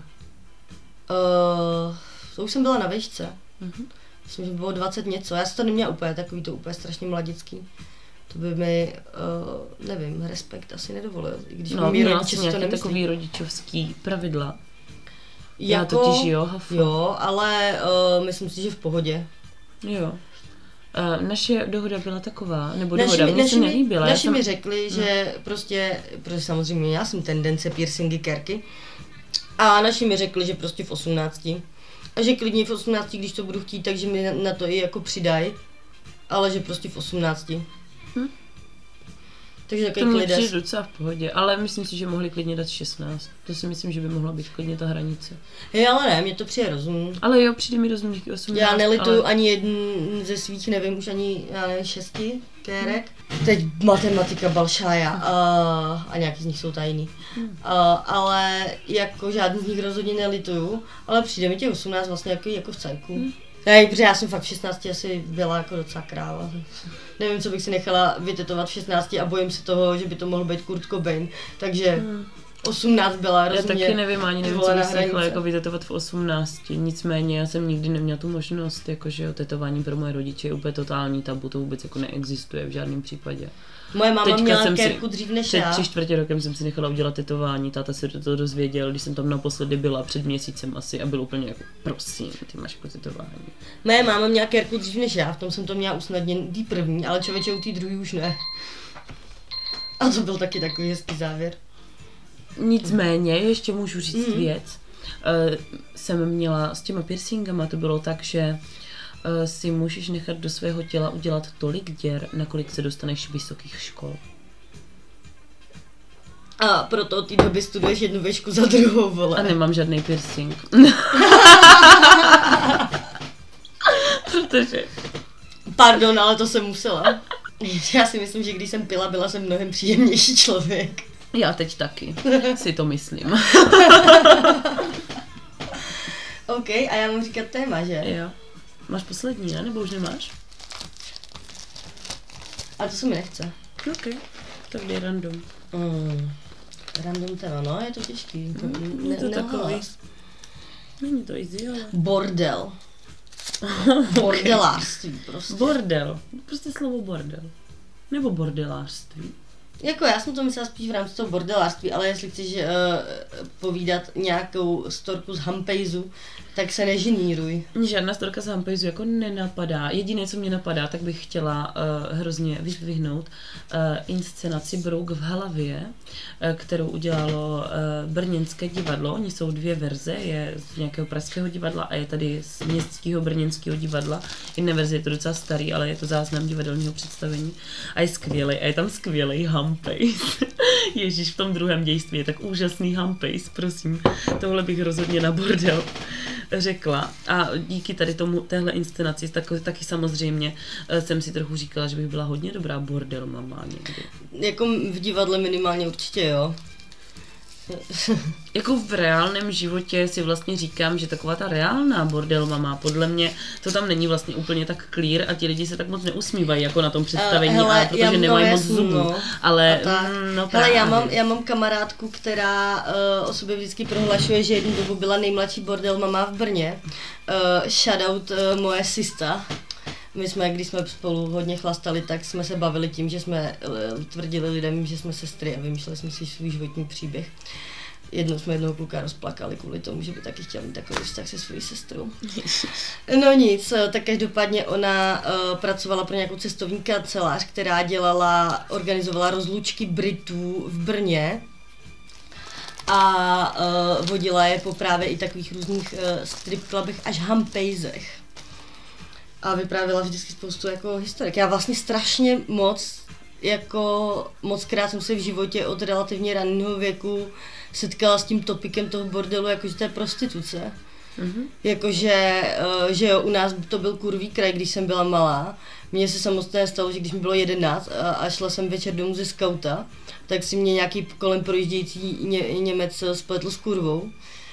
Uh, to už jsem byla na vejšce. Uh-huh. Myslím, že bylo dvacet něco. Já jsem to neměla úplně takový, to úplně strašně mladický. To by mi, uh, nevím, respekt asi nedovolil. I když no, mý rodiče si to nemyslí. Takový rodičovský pravidla. Jako, Já totiž jo, hafu. Jo, ale uh, myslím si, že v pohodě. Jo. Uh, naše dohoda byla taková, nebo naši dohoda, mi, mě naši se nelíbila. Naši jsem... mi řekli, no. že prostě, protože samozřejmě já jsem tendence piercingy, kerky, a naši mi řekli, že prostě v osmnácti. A že klidně v osmnácti, když to budu chtít, takže mi na, na to i jako přidají, ale že prostě v osmnácti. Hm? Takže takový to klides. To je docela v pohodě, ale myslím si, že mohli klidně dát šestnáct. To si myslím, že by mohla být klidně ta hranice. Hej, ale ne, mě to přijde rozum. Ale jo, přijde mi rozum osmnáct. Já nelituju ale... ani jeden ze svých, nevím, už ani, já nevím, šesti kérek. Hmm. Teď matematika, balšája a, a nějaký z nich jsou tajný. Hmm. A, ale jako žádný z nich rozhodně nelituju, ale přijde mi těch osmnáct vlastně jako, jako v cajku. Hmm. Ne, protože já jsem fakt v šestnácti asi byla jako docela kráva. Nevím, co bych si nechala vytetovat v šestnácti a bojím se toho, že by to mohl být Kurt Cobain. Takže hmm. osmnáct byla rozhodně. Já taky nevím, ani nevím, co bych si nechala jako vytetovat v osmnácti. Nicméně já jsem nikdy neměla tu možnost, jakože jo, tetování pro moje rodiče je úplně totální tabu, to vůbec jako neexistuje v žádném případě. Moje máma Teďka měla jsem kérku si, dřív než před já. tři čtvrtě rokem jsem si nechala udělat tetování, táta se to dozvěděl, když jsem tam naposledy byla před měsícem asi a byl úplně jako, prosím, ty máš jako tetování. Moje máma měla kérku dřív než já, v tom jsem to měla usnadněn tý první, ale člověče u tý druhý už ne. A to byl taky takový hezký závěr. Nicméně, ještě můžu říct mm. věc. Uh, jsem měla s těma piercingama, to bylo tak, že uh, si můžeš nechat do svého těla udělat tolik děr, nakolik se dostaneš vysokých škol. A proto od té doby studuješ jednu vešku za druhou, vole. A nemám žádný piercing. Protože... Pardon, ale to jsem musela. Já si myslím, že když jsem pila, byla jsem mnohem příjemnější člověk. Já teď taky, si to myslím. OK, a já mám říkat téma, že? Jo. Máš poslední, ne? Nebo už nemáš? A to se mi nechce. OK, tak dej random. Mm. Random téma, no, je to těžký. Mm, ne, to ne, takový. Není to easy, ale... Bordel. Bordelářství prostě. Bordel. Prostě slovo bordel. Nebo bordelářství. Jako já jsem to myslela spíš v rámci toho bordelářství, ale jestli chceš uh, povídat nějakou storku z Hampejzu, tak se neženíruj. Mně žádná storka z Hampejzu jako nenapadá. Jediné, co mě napadá, tak bych chtěla uh, hrozně vyzdvihnout uh, inscenaci Brouk v hlavě, uh, kterou udělalo uh, brněnské divadlo. Oni jsou dvě verze, je z nějakého pražského divadla a je tady z městského brněnského divadla. Jedna verze je to docela starý, ale je to záznam divadelního představení a je skvělý. A je tam skvělý Hampejz. Ježíš, v tom druhém dějství je tak úžasný Hampejz, prosím. Tohle bych rozhodně na bordel řekla. A díky tady tomu, téhle inscenaci, tak, taky samozřejmě jsem si trochu říkala, že bych byla hodně dobrá bordel mama někdy. Jako v divadle minimálně určitě, jo. Jako v reálném životě si vlastně říkám, že taková ta reálná bordel mama, podle mě to tam není vlastně úplně tak clear a ti lidi se tak moc neusmívají jako na tom představení, uh, hele, ale protože nemají moc zubů. No. Ale, no hele, já, mám, já mám kamarádku, která uh, o sobě vždycky prohlašuje, že jednu dobu byla nejmladší bordel mama v Brně. Uh, shoutout uh, moje sista. My jsme, když jsme spolu hodně chlastali, tak jsme se bavili tím, že jsme tvrdili lidem, že jsme sestry a vymýšleli jsme si svůj životní příběh. Jednou jsme jednoho kluka rozplakali kvůli tomu, že by taky chtěl mít takový vztah se svojí sestrou. No nic, tak každopádně ona uh, pracovala pro nějakou cestovní kancelář, která dělala, organizovala rozlučky Britů v Brně a uh, vodila je po právě i takových různých uh, strip clubech až Hampejzech. A vyprávěla vždycky spoustu jako historek. Já vlastně strašně moc, jako moc krát jsem se v životě od relativně raného věku setkala s tím topikem toho bordelu, jakože to je prostituce. Mm-hmm. Jakože, že jo, u nás to byl kurvý kraj, když jsem byla malá. Mně se samotné stalo, že když mi bylo jedenáct a, a šla jsem večer domů ze skauta, tak si mě nějaký kolem projíždějící ně, Němec spletl s kurvou.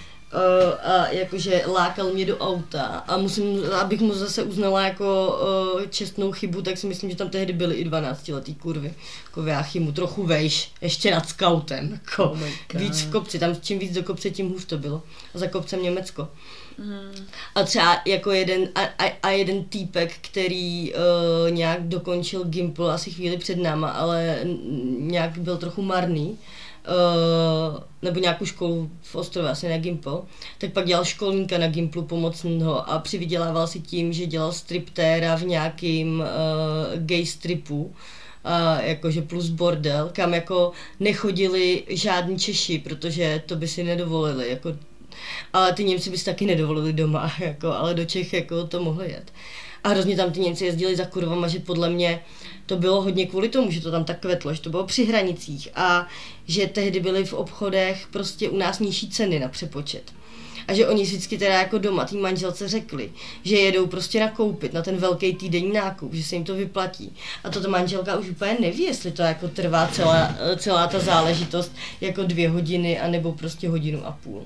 Uh, a jakože lákal mě do auta a musím, abych mu zase uznala jako uh, čestnou chybu, tak si myslím, že tam tehdy byly i dvanáctiletý kurvy. Jako Jáchy mu trochu vejš, ještě nad skautem, jako oh víc v kopci, tam čím víc do kopce, tím hůř to bylo. A za kopcem Německo. Mm. A třeba jako jeden, a, a, a jeden týpek, který uh, nějak dokončil Gimpl asi chvíli před náma, ale nějak byl trochu marný. Uh, nebo nějakou školu v Ostrově, asi na Gimpl, tak pak dělal školníka na Gimplu pomocného a přivydělával si tím, že dělal striptéra v nějakým uh, gay stripu, uh, jakože plus bordel, kam jako nechodili žádní Češi, protože to by si nedovolili, jako, ale ty Němci by si taky nedovolili doma, jako, ale do Čech jako to mohli jet. A hrozně tam ty Němci jezdili za kurvama, že podle mě to bylo hodně kvůli tomu, že to tam tak kvetlo, že to bylo při hranicích a že tehdy byly v obchodech prostě u nás nižší ceny na přepočet. A že oni vždycky teda jako doma tý manželce řekli, že jedou prostě nakoupit na ten velký týdenní nákup, že se jim to vyplatí. A to ta manželka už úplně neví, jestli to jako trvá celá, celá ta záležitost jako dvě hodiny anebo prostě hodinu a půl.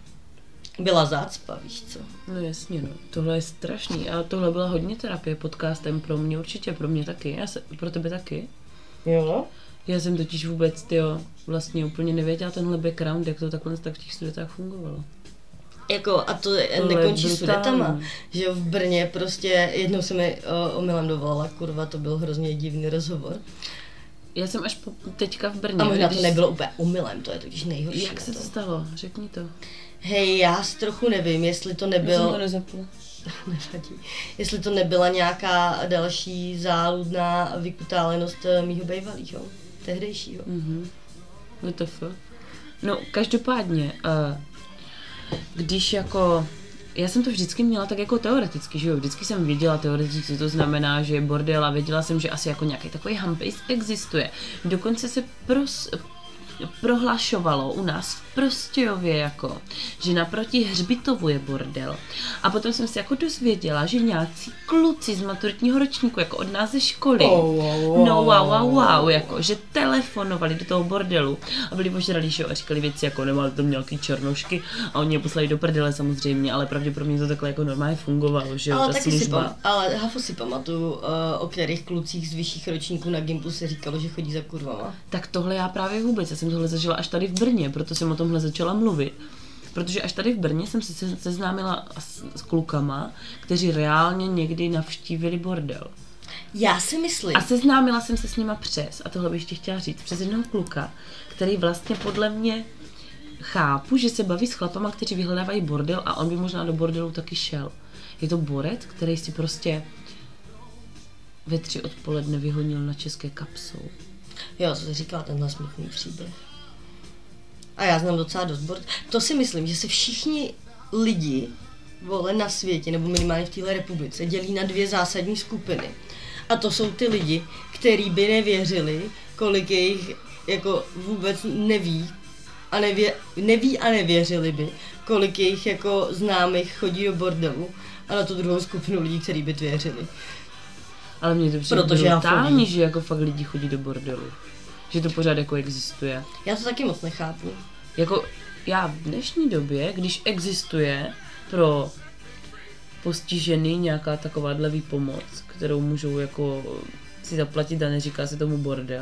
Byla zácpa, víš co? No jasně, no. Tohle je strašný. A tohle byla hodně terapie podcastem pro mě, určitě pro mě taky. Já se, pro tebe taky. Jo? Já jsem totiž vůbec, tyjo, vlastně úplně nevěděla tenhle background, jak to takhle tak v těch studentách fungovalo. Jako, a to tohle nekončí studentama, že jo, v Brně prostě jednou se mi omylem dovolala, kurva, to byl hrozně divný rozhovor. Já jsem až po, teďka v Brně. A možná to nebylo úplně omylem, to je totiž nejhorší. Jak se to stalo? Řekni to. Hej, já trochu nevím, jestli to nebylo... Já jsem to nezapla. Nevadí. Jestli to nebyla nějaká další záludná vykutálenost mýho bývalýho, tehdejšího. Mhm. W T F. No, každopádně, uh, když jako... Já jsem to vždycky měla tak jako teoreticky, že jo, vždycky jsem věděla teoreticky, co to znamená, že je bordel a věděla jsem, že asi jako nějaký takový Hampejz existuje. Dokonce se pros... prohlašovalo u nás v Prostějově jako, že naproti Hřbitovu je bordel. A potom jsem se jako dozvěděla, že nějací kluci z maturitního ročníku, jako od nás ze školy, oh, wow, wow. no wow, wow, wow, jako, že telefonovali do toho bordelu a byli požralí, že jo, a říkali věci jako, nemáte tam nějaký černošky a oni je poslali do prdele samozřejmě, ale pravděpodobně to takhle jako normálně fungovalo, že jo, ale ta služba. Si pam, ale Hafo si pamatuju, uh, o kterých klucích z vyšších ročníků na Gimplu se říkalo, že chodí za kurvama. Tak tohle já právě vůbec, já jsem tohle zažila až tady v Brně, proto jsem o tomhle začala mluvit. Protože až tady v Brně jsem se seznámila s, s klukama, kteří reálně někdy navštívili bordel. Já si myslím. A seznámila jsem se s nima přes, a tohle bych ještě chtěla říct, přes jednoho kluka, který vlastně podle mě chápu, že se baví s chlapama, kteří vyhledávají bordel a on by možná do bordelu taky šel. Je to borec, který si prostě ve tři odpoledne vyhonil na české kapsou. Jo, co jsi říkala, tenhle smutný příběh. A já znám docela dost bord. To si myslím, že se všichni lidi vole na světě, nebo minimálně v téhle republice, dělí na dvě zásadní skupiny. A to jsou ty lidi, kteří by nevěřili, kolik jejich jako vůbec neví a nevě, neví a nevěřili by, kolik jejich jako známých chodí do bordelu, a na tu druhou skupinu lidí, kteří by věřili. Ale mě to přijde brutální, že jako fakt lidi chodí do bordelu. Že to pořád jako existuje. Já to taky moc nechápu. Jako já v dnešní době, když existuje pro postižený nějaká takováhle výpomoc, kterou můžou jako si zaplatit a neříká se tomu bordel.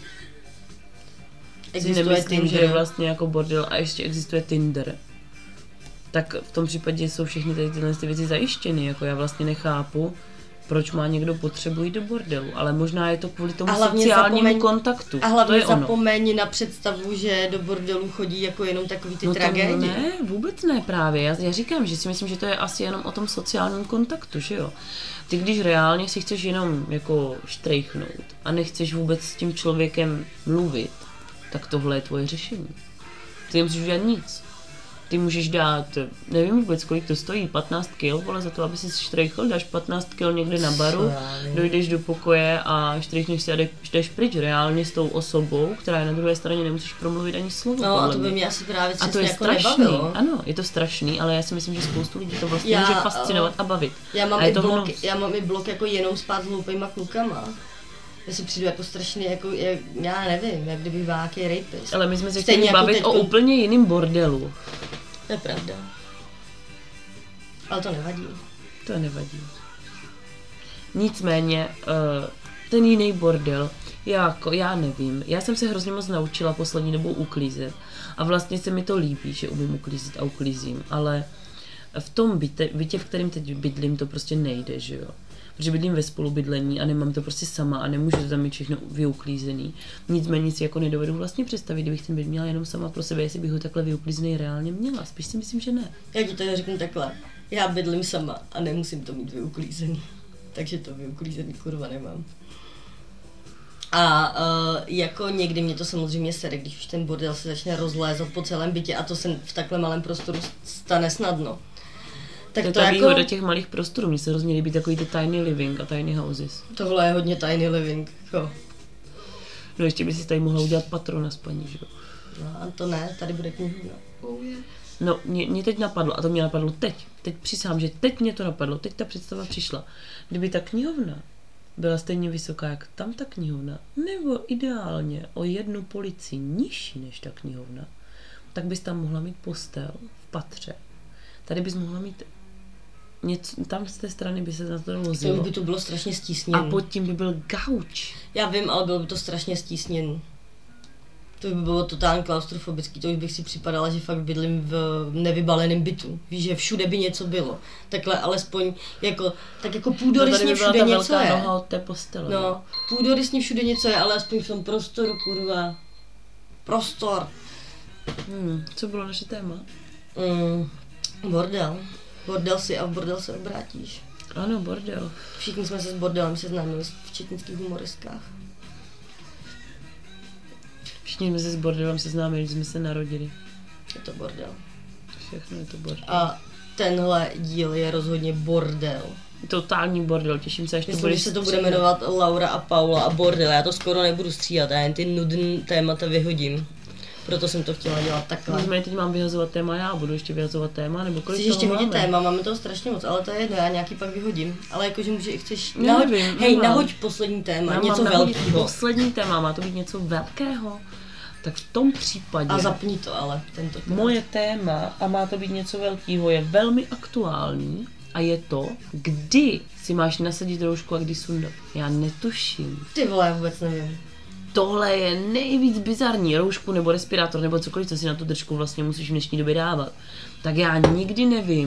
Existuje si nemyslím, Tinder. Že je vlastně jako bordel a ještě existuje Tinder. Tak v tom případě jsou všechny tady tyhle ty věci zajištěny. Jako já vlastně nechápu, proč má někdo potřebu jít do bordelu, ale možná je to kvůli tomu sociálnímu zapomeň, kontaktu. A hlavně zapomeň na představu, že do bordelu chodí jako jenom takový ty no tragédie. Ne, vůbec ne právě. Já, já říkám, že si myslím, že to je asi jenom o tom sociálním kontaktu, že jo. Ty když reálně si chceš jenom jako štrejchnout a nechceš vůbec s tím člověkem mluvit, tak tohle je tvoje řešení. Ty nemusíš udělat nic. Ty můžeš dát, nevím vůbec, kolik to stojí, patnáct kil, vole, za to, aby si štrejchl, dáš patnáct kil někde na baru, dojdeš do pokoje a štrejchneš si a jdeš pryč reálně s tou osobou, která je na druhé straně, nemusíš promluvit ani slovo. No a to by mě asi právě a to je jako strašný, nebavilo. Ano, je to strašný, ale já si myslím, že spoustu lidí to vlastně já, může fascinovat a bavit. Já mám, a i blok, já mám i blok jako jenom spát s hloupejma klukama. Já si přijdu jako strašně, jako, jak, já nevím, jak kdyby byl nějaký rapist. Ale my jsme se chtěli bavit teďko... o úplně jiném bordelu. To je pravda. Ale to nevadí. To nevadí. Nicméně, ten jiný bordel, jako, já nevím, já jsem se hrozně moc naučila poslední dobou uklízet a vlastně se mi to líbí, že umím uklízet a uklízím, ale v tom bytě, bytě, v kterém teď bydlím, to prostě nejde, že jo. Protože bydlím ve spolubydlení a nemám to prostě sama a nemůžu to tam mít všechno vyuklízený. Nicméně si jako nedovedu vlastně představit, kdybych ten byt měla jenom sama pro sebe, jestli bych ho takhle vyuklízený reálně měla. Spíš si myslím, že ne. Já ti to řeknu takhle. Já bydlím sama a nemusím to mít vyuklízený. Takže to vyuklízený kurva nemám. A uh, jako někdy mě to samozřejmě sere, když už ten bordel se začne rozlézat po celém bytě a to se v takhle malém prostoru stane snadno. Tak to je ta jako... výhoda těch malých prostorů, mně se hrozně líbí takový ty tiny living a tiny houses. Tohle je hodně tiny living, jo. No ještě by si tady mohla udělat patro na spaní, že jo? No a to ne, tady bude knihovna. Oh, yeah. No, mě, mě teď napadlo, a to mě napadlo teď, teď přísahám, že teď mě to napadlo, teď ta představa přišla. Kdyby ta knihovna byla stejně vysoká, jak tam ta knihovna, nebo ideálně o jednu polici nižší než ta knihovna, tak bys tam mohla mít postel v patře. Tady bys mohla mít něco, tam z té strany by se na to lozilo. To by to bylo strašně stísněné. A pod tím by byl gauč. Já vím, ale bylo by to strašně stísněné. To by bylo totálně klaustrofobický, to už bych si připadala, že fakt bydlím v nevybaleném bytu. Víš, že všude by něco bylo. Takhle alespoň jako, tak jako půdorysně všude něco je. Noha od té postele. No, půdorysně všude něco je, ale aspoň v tom prostoru, kurva. Prostor. Hmm, co bylo naše téma? Mm. Bordel. Bordel si a v bordel se obrátíš. Ano, bordel. Všichni jsme se s bordelem seznámili v četnických humoristkách. Všichni jsme se s bordelem seznámili, když jsme se narodili. Je to bordel. Všechno je to bordel. A tenhle díl je rozhodně bordel. Totální bordel, těším se, až to bude. Myslím, že se to bude jmenovat Laura a Paula a bordel. Já to skoro nebudu stříhat, já jen ty nudný témata vyhodím. Proto jsem to chtěla dělat takhle. Nicméně teď mám vyhazovat téma, já budu ještě vyhazovat téma, nebo kolik Chceš ještě hodit téma, máme toho strašně moc, ale to je jedno, já nějaký pak vyhodím. Ale jakože může, chceš, nahoď, nevím, hej, nemám. Nahoď poslední téma, já něco velkého. Poslední téma, má to být něco velkého? Tak v tom případě... A zapni to ale, tento téma. Moje téma, a má to být něco velkého, je velmi aktuální a je to, kdy si máš nasadit roušku a kdy sundat. Já netuším. Ty vole, já vůbec nevím. Tohle je nejvíc bizarní, roušku nebo respirátor nebo cokoliv, co si na tu držku vlastně musíš v dnešní době dávat. Tak já nikdy nevím,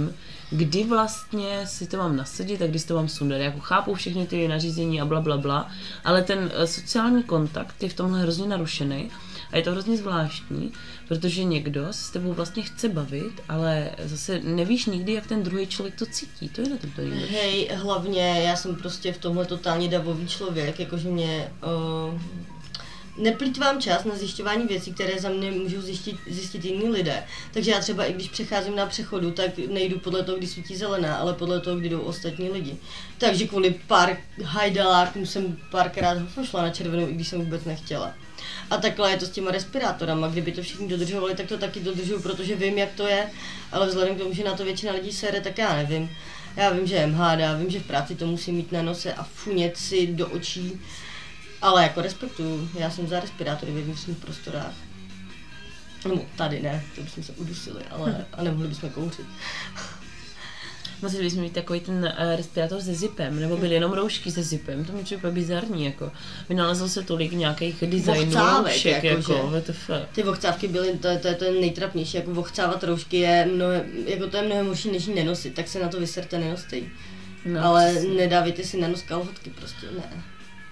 kdy vlastně si to mám nasadit a kdy si to mám sundat. Jako chápu všechny ty nařízení a bla, bla, bla, ale ten sociální kontakt je v tomhle hrozně narušený a je to hrozně zvláštní, protože někdo se s tebou vlastně chce bavit, ale zase nevíš nikdy, jak ten druhý člověk to cítí. To je na tom to nejlepší. Hej, hlavně já jsem prostě v tomhle totálně davový člověk, jakože mě... Uh... Neplýtvám čas na zjišťování věcí, které za mě můžou zjistit, zjistit jiní lidé. Takže já třeba i když přecházím na přechodu, tak nejdu podle toho, kdy svítí zelená, ale podle toho, kdy jdou ostatní lidi. Takže kvůli pár hajdalákům jsem párkrát pošla na červenou, i když jsem vůbec nechtěla. A takhle je to s těma respirátorama, kdyby to všichni dodržovali, tak to taky dodržuju, protože vím, jak to je, ale vzhledem k tomu, že na to většina lidí sere, tak já nevím. Já vím, že M H D, vím, že v práci to musím mít na nose a funět si do očí. Ale jako respektuju, já jsem za respirátory ve vnitřních prostorách. No tady ne, to bychom se udusili, ale a nemohli bychom kouřit. Museli bychom mít takový ten uh, respirátor se zipem, nebo byly jenom roušky se zipem, to mi přijde úplně bizarní, jako. Vynalezlo se tolik nějakých designů roušek, jako, jako W T F. Ty vochcávky byly, to, to je to nejtrapnější, jako vochcávat roušky je mnohem, jako to je mnohem horší, než ji nenosit, tak se na to vyserte, nenostej. No, ale přesně. Nedávejte si na nos kalhotky, prostě ne.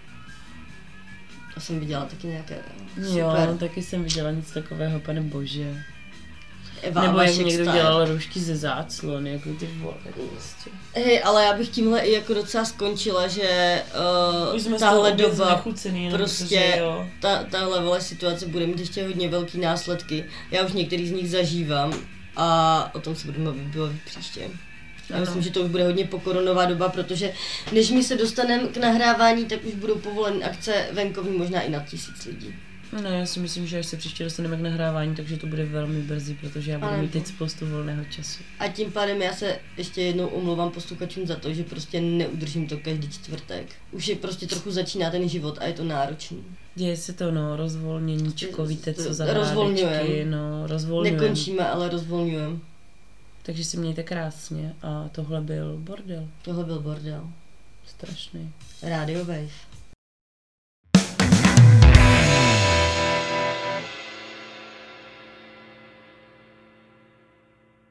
To jsem viděla taky nějaké super. Jo, taky jsem viděla nic takového, pane bože. Eva, nebo jak někdo style. Dělal roušky ze záclon, jako ty vole, prostě. Hej, ale já bych tímhle i jako docela skončila, že uh, tahle doba, prostě, ta, tahle vole situace bude mít ještě hodně velký následky. Já už některý z nich zažívám a o tom se budeme bavit příště. Já myslím, že to už bude hodně pokoronová doba, protože než my se dostaneme k nahrávání, tak už budou povoleny akce venkovní možná i na tisíc lidí. No, já si myslím, že až se příště dostaneme k nahrávání, takže to bude velmi brzy, protože já budu mít teď spoustu volného času. A tím pádem já se ještě jednou omlouvám posluchačům za to, že prostě neudržím to každý čtvrtek. Už je prostě trochu začíná ten život a je to náročný. Děje se to, no, rozvolněníčko, víte co za hrádečky, no, rozvolňujeme. Nekončíme, ale rozvolňujeme. Takže si mějte krásně a tohle byl bordel. Tohle byl bordel. Strašný. Radio Wave.